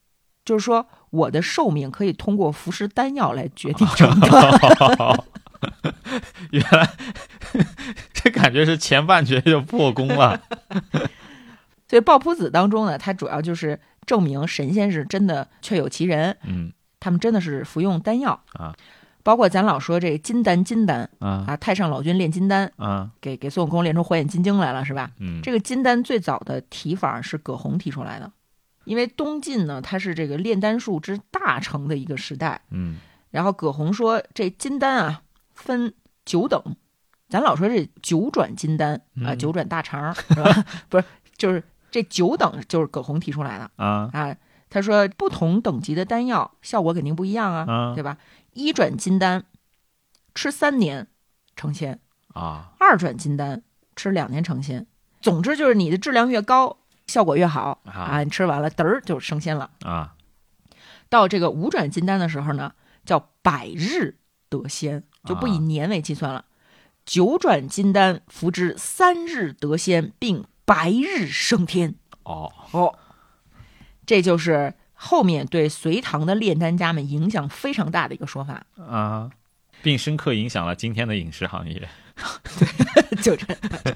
就是说我的寿命可以通过服食丹药来决定长短。 原来这感觉是前半决就破功了。 所以抱朴子当中呢，它主要就是证明神仙是真的确有其人， 嗯， 他们真的是服用丹药啊， 包括咱老说这个金丹金丹啊啊，太上老君炼金丹啊， 给给孙悟空炼出火眼金睛来了，是吧？ 嗯， 这个金丹最早的提法是葛洪提出来的，因为东晋呢，它是这个炼丹术之大成的一个时代， 嗯， 然后葛洪说这金丹啊分九等，咱老说这九转金丹啊、 嗯九转大肠是吧？不是，就是这九等就是葛洪提出来的啊啊。他说不同等级的丹药效果肯定不一样啊， 啊对吧？一转金丹吃三年成仙， 啊二转金丹吃两年成仙。总之就是你的质量越高，效果越好啊啊！你吃完了嘚儿就升仙了。 啊， 到这个五转金丹的时候呢，叫百日得仙，就不以年为计算了。九转金丹服之三日得仙，并百日升天。 哦哦，这就是后面对隋唐的炼丹家们影响非常大的一个说法。 啊，并深刻影响了今天的饮食行业。 就这，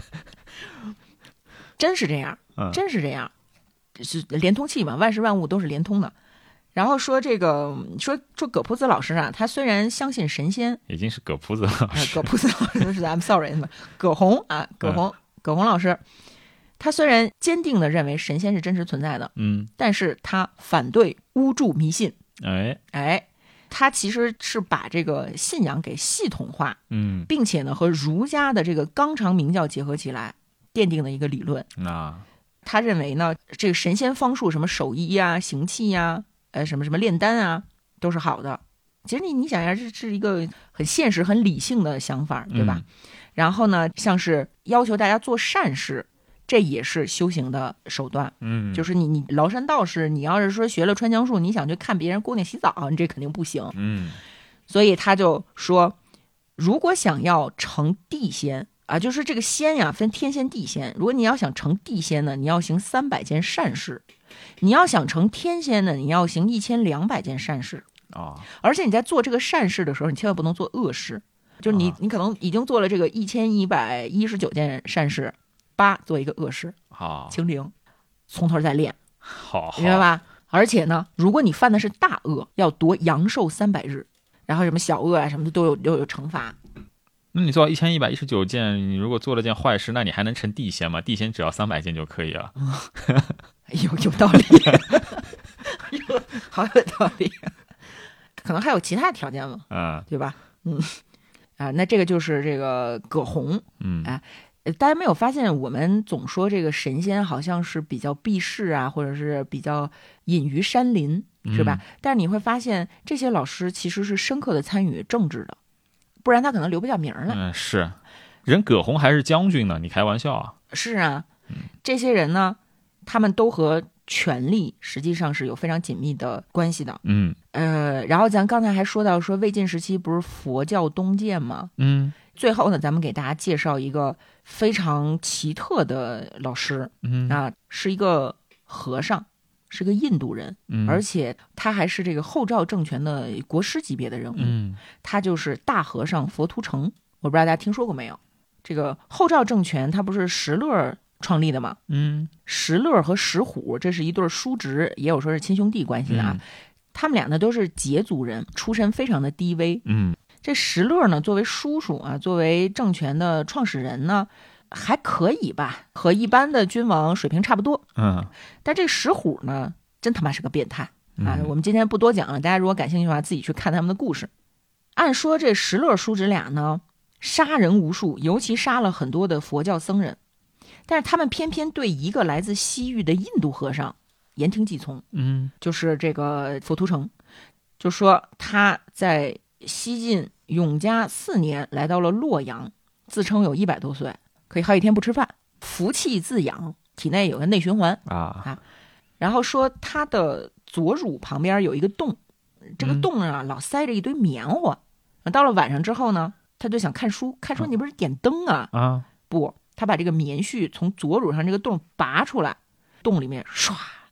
真是这样， 嗯真是这样，是连通器嘛，万事万物都是连通的。然后说这个说说葛朴子老师啊，他虽然相信神仙， 已经是葛铺子了。 呃、葛朴子老师是 I'm sorry， 葛洪啊，葛洪、嗯、葛洪老师，他虽然坚定地认为神仙是真实存在的， 嗯， 但是他反对巫祝迷信。 哎哎，他其实是把这个信仰给系统化， 嗯， 并且呢和儒家的这个纲常名教结合起来，奠定的一个理论。 啊， 他认为呢，这个神仙方术，什么手艺呀、行气呀，呃，什么什么炼丹啊，都是好的。其实你你想一下，这是一个很现实、很理性的想法，对吧？ 嗯、 然后呢，像是要求大家做善事，这也是修行的手段。 嗯， 就是你你崂山道士，你要是说学了穿墙术，你想去看别人姑娘洗澡，你这肯定不行。 嗯， 所以他就说，如果想要成地仙啊，就是这个仙呀分天仙地仙，如果你要想成地仙呢，你要行三百件善事；你要想成天仙呢，你要行一千两百件善事。 啊， 而且你在做这个善事的时候，你千万不能做恶事。就是你， 啊、 你可能已经做了这个一千一百一十九件善事，八做一个恶事， 好， 清零，从头再练， 好， 明白吧？而且呢，如果你犯的是大恶，要夺阳寿三百日，然后什么小恶啊什么的都有都有惩罚。 那你做到一千一百一十九件，你如果做了件坏事，那你还能成地仙吗？地仙只要三百件就可以了。 有有道理，有好有道理。可能还有其他条件嘛， 嗯， 对吧？嗯，啊，那这个就是这个葛洪， 嗯， 哎，大家没有发现，我们总说这个神仙好像是比较避世啊，或者是比较隐于山林，是吧？嗯、但是你会发现，这些老师其实是深刻的参与政治的，不然他可能留不下名来。 嗯，是，人葛洪还是将军呢，你开玩笑啊？ 是啊， 嗯、 这些人呢，他们都和权力实际上是有非常紧密的关系的。 嗯， 呃，然后咱刚才还说到说魏晋时期不是佛教东渐吗？ 嗯， 最后呢，咱们给大家介绍一个非常奇特的老师， 嗯啊，是一个和尚，是个印度人， 嗯， 而且他还是这个后赵政权的国师级别的人物， 嗯， 他就是大和尚佛图澄，我不知道大家听说过没有？这个后赵政权他不是石勒创立的嘛， 嗯， 石勒和石虎这是一对叔侄，也有说是亲兄弟关系的啊。嗯、他们俩呢都是羯族人，出身非常的低微。 嗯， 这石勒呢作为叔叔啊，作为政权的创始人呢，还可以吧，和一般的君王水平差不多。 嗯， 但这石虎呢，真他妈是个变态啊！ 嗯、 我们今天不多讲了，大家如果感兴趣的话，自己去看他们的故事。按说这石勒叔侄俩呢，杀人无数，尤其杀了很多的佛教僧人。但是他们偏偏对一个来自西域的印度和尚言听计从， 嗯， 就是这个佛图澄，就说他在西晋永嘉四年来到了洛阳，自称有一百多岁，可以好几天不吃饭，福气自养，体内有个内循环啊啊。然后说他的左乳旁边有一个洞，这个洞啊、嗯、老塞着一堆棉花。到了晚上之后呢，他就想看书，看书你不是点灯啊？ 啊， 不。他把这个棉絮从左乳上这个洞拔出来，洞里面唰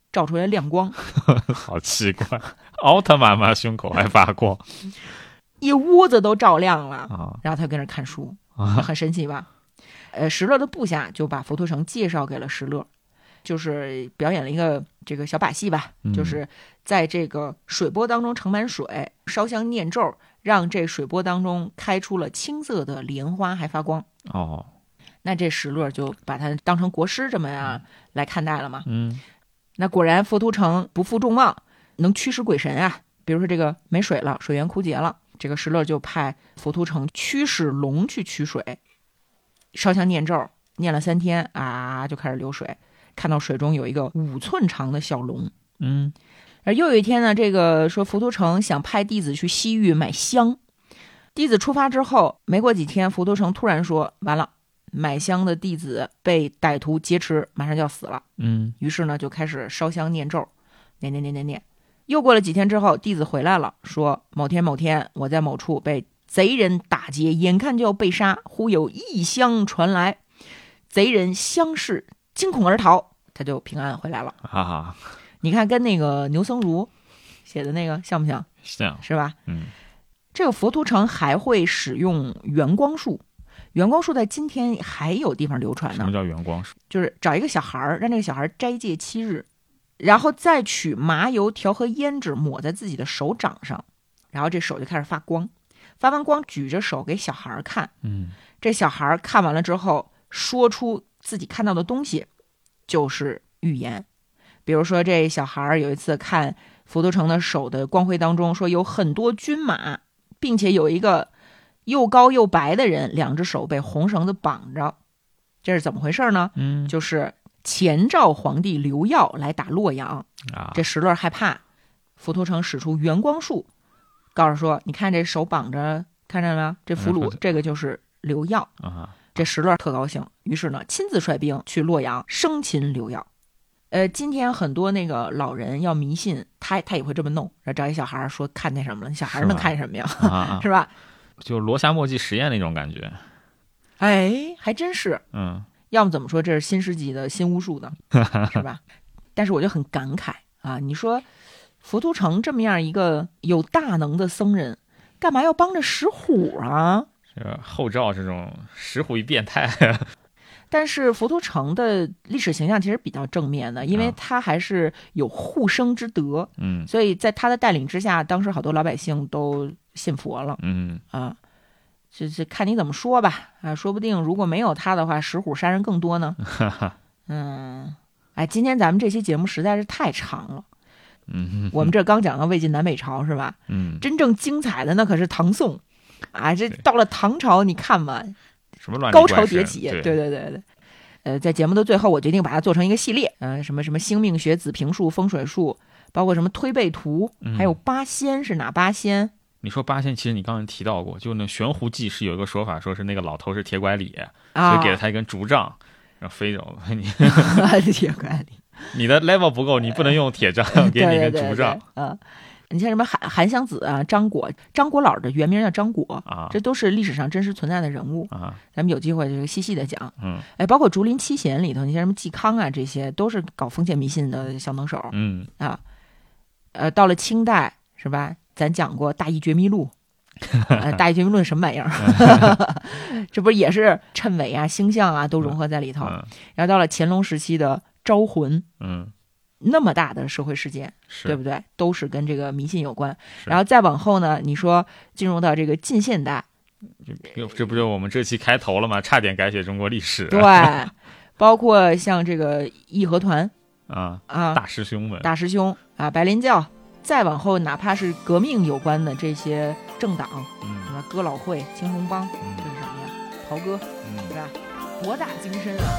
照出来亮光， 好奇怪，奥特曼嘛，胸口还发光， 一屋子都照亮了啊， 然后他跟那看书， 啊很神奇吧？呃，石勒的部下就把浮屠城介绍给了石勒，就是表演了一个这个小把戏吧， 嗯、 就是在这个水波当中盛满水，烧香念咒，让这水波当中开出了青色的莲花，还发光。 哦， 那这石勒就把它当成国师这么样来看待了嘛。 嗯， 那果然浮屠城不负众望，能驱使鬼神啊。比如说这个没水了，水源枯竭了，这个石勒就派浮屠城驱使龙去取水，烧香念咒，念了三天啊，就开始流水，看到水中有一个五寸长的小龙。 嗯， 而又有一天呢，这个说浮屠城想派弟子去西域买香，弟子出发之后没过几天，浮屠城突然说完了，买香的弟子被歹徒劫持，马上就要死了。 嗯， 于是呢就开始烧香念咒，念念念念念。又过了几天之后，弟子回来了，说某天某天我在某处被贼人打劫，眼看就要被杀，忽有异香传来，贼人相视，惊恐而逃，他就平安回来了。 啊， 你看跟那个牛僧孺写的那个像不像？ 像是吧？ 嗯， 这个浮屠城还会使用圆光术，圆光术在今天还有地方流传呢。 什么叫圆光术？ 就是找一个小孩儿，让这个小孩斋戒七日，然后再取麻油调和胭脂抹在自己的手掌上，然后这手就开始发光，发完光举着手给小孩看， 嗯， 这小孩看完了之后说出自己看到的东西，就是预言。比如说这小孩有一次看浮屠城的手的光辉当中，说有很多军马，并且有一个又高又白的人，两只手被红绳子绑着，这是怎么回事呢？ 嗯， 就是前赵皇帝刘耀来打洛阳啊， 这石勒害怕，浮屠城使出圆光术，告诉说你看这手绑着，看见了没有？这俘虏、 嗯、 这个就是刘耀啊。 这石勒特高兴，于是呢亲自率兵去洛阳生擒刘耀。呃，今天很多那个老人要迷信，他他也会这么弄，然后找一小孩说看见什么了，小孩能看什么呀？ 是, 啊、 是吧？ 就罗夏墨迹实验那种感觉。 哎，还真是。 嗯， 要么怎么说这是新世纪的新巫术呢？是吧？但是我就很感慨啊，你说浮屠城这么样一个有大能的僧人，干嘛要帮着石虎啊？ 这后赵这种石虎一变态。 但是浮屠城的历史形象其实比较正面的，因为他还是有护生之德， 嗯， 所以在他的带领之下，当时好多老百姓都信佛了， 嗯啊，这这看你怎么说吧，啊，说不定如果没有他的话，石虎杀人更多呢。嗯，哎，今天咱们这期节目实在是太长了， 嗯， 我们这刚讲到魏晋南北朝是吧？ 嗯， 真正精彩的那可是唐宋，啊，这到了唐朝，你看吧。 什么乱高潮迭起， 对对对对对，呃，在节目的最后，我决定把它做成一个系列，呃，什么什么星命学、子平术、风水术，包括什么推背图， 嗯、 还有八仙是哪八仙？ 你说八仙，其实你刚才提到过，就那悬壶济世有一个说法，说是那个老头是铁拐李， 啊、 所以给了他一根竹杖，然后飞走了。你铁拐李， 你的 level 不够，你不能用铁杖，给你一根竹杖。 嗯。你像什么韩韩湘子啊、张果，张果老的原名叫张果啊， 这都是历史上真实存在的人物啊。 咱们有机会就细细的讲。 嗯， 哎，包括竹林七贤里头，你像什么嵇康啊，这些都是搞封建迷信的小能手。 嗯啊，呃，到了清代是吧？咱讲过《大义觉迷录》呃，《大义觉迷录》什么玩意儿？这不是也是谶纬啊、星象啊都融合在里头。 嗯、 然后到了乾隆时期的招魂， 嗯。 那么大的社会事件，对不对？都是跟这个迷信有关。然后再往后呢，你说进入到这个近现代， 这不就我们这期开头了吗？差点改写中国历史。 对，包括像这个义和团啊啊， 大师兄们， 大师兄啊，白莲教。再往后，哪怕是革命有关的这些政党， 嗯， 什么哥老会、青红帮， 嗯、 这是什么呀？袍哥， 嗯， 是吧？博大精深啊。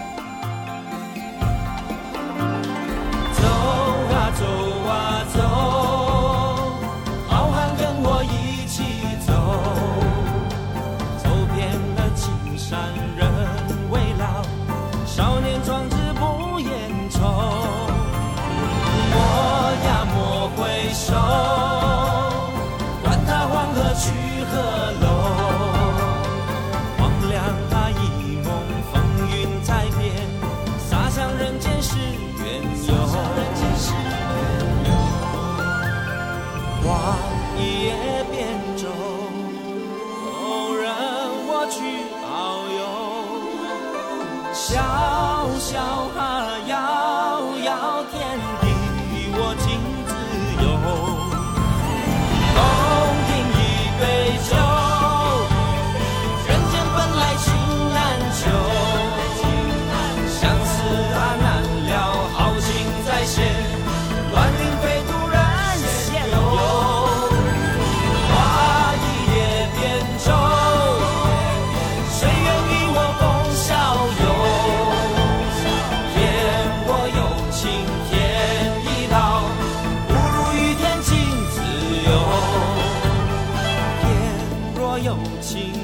走啊走啊走，好汉跟我一起走，走遍了青山人未老，少年壮志不言愁。莫呀莫回首，管他黄河去何楼，黄粱啊一梦，风云在变。 情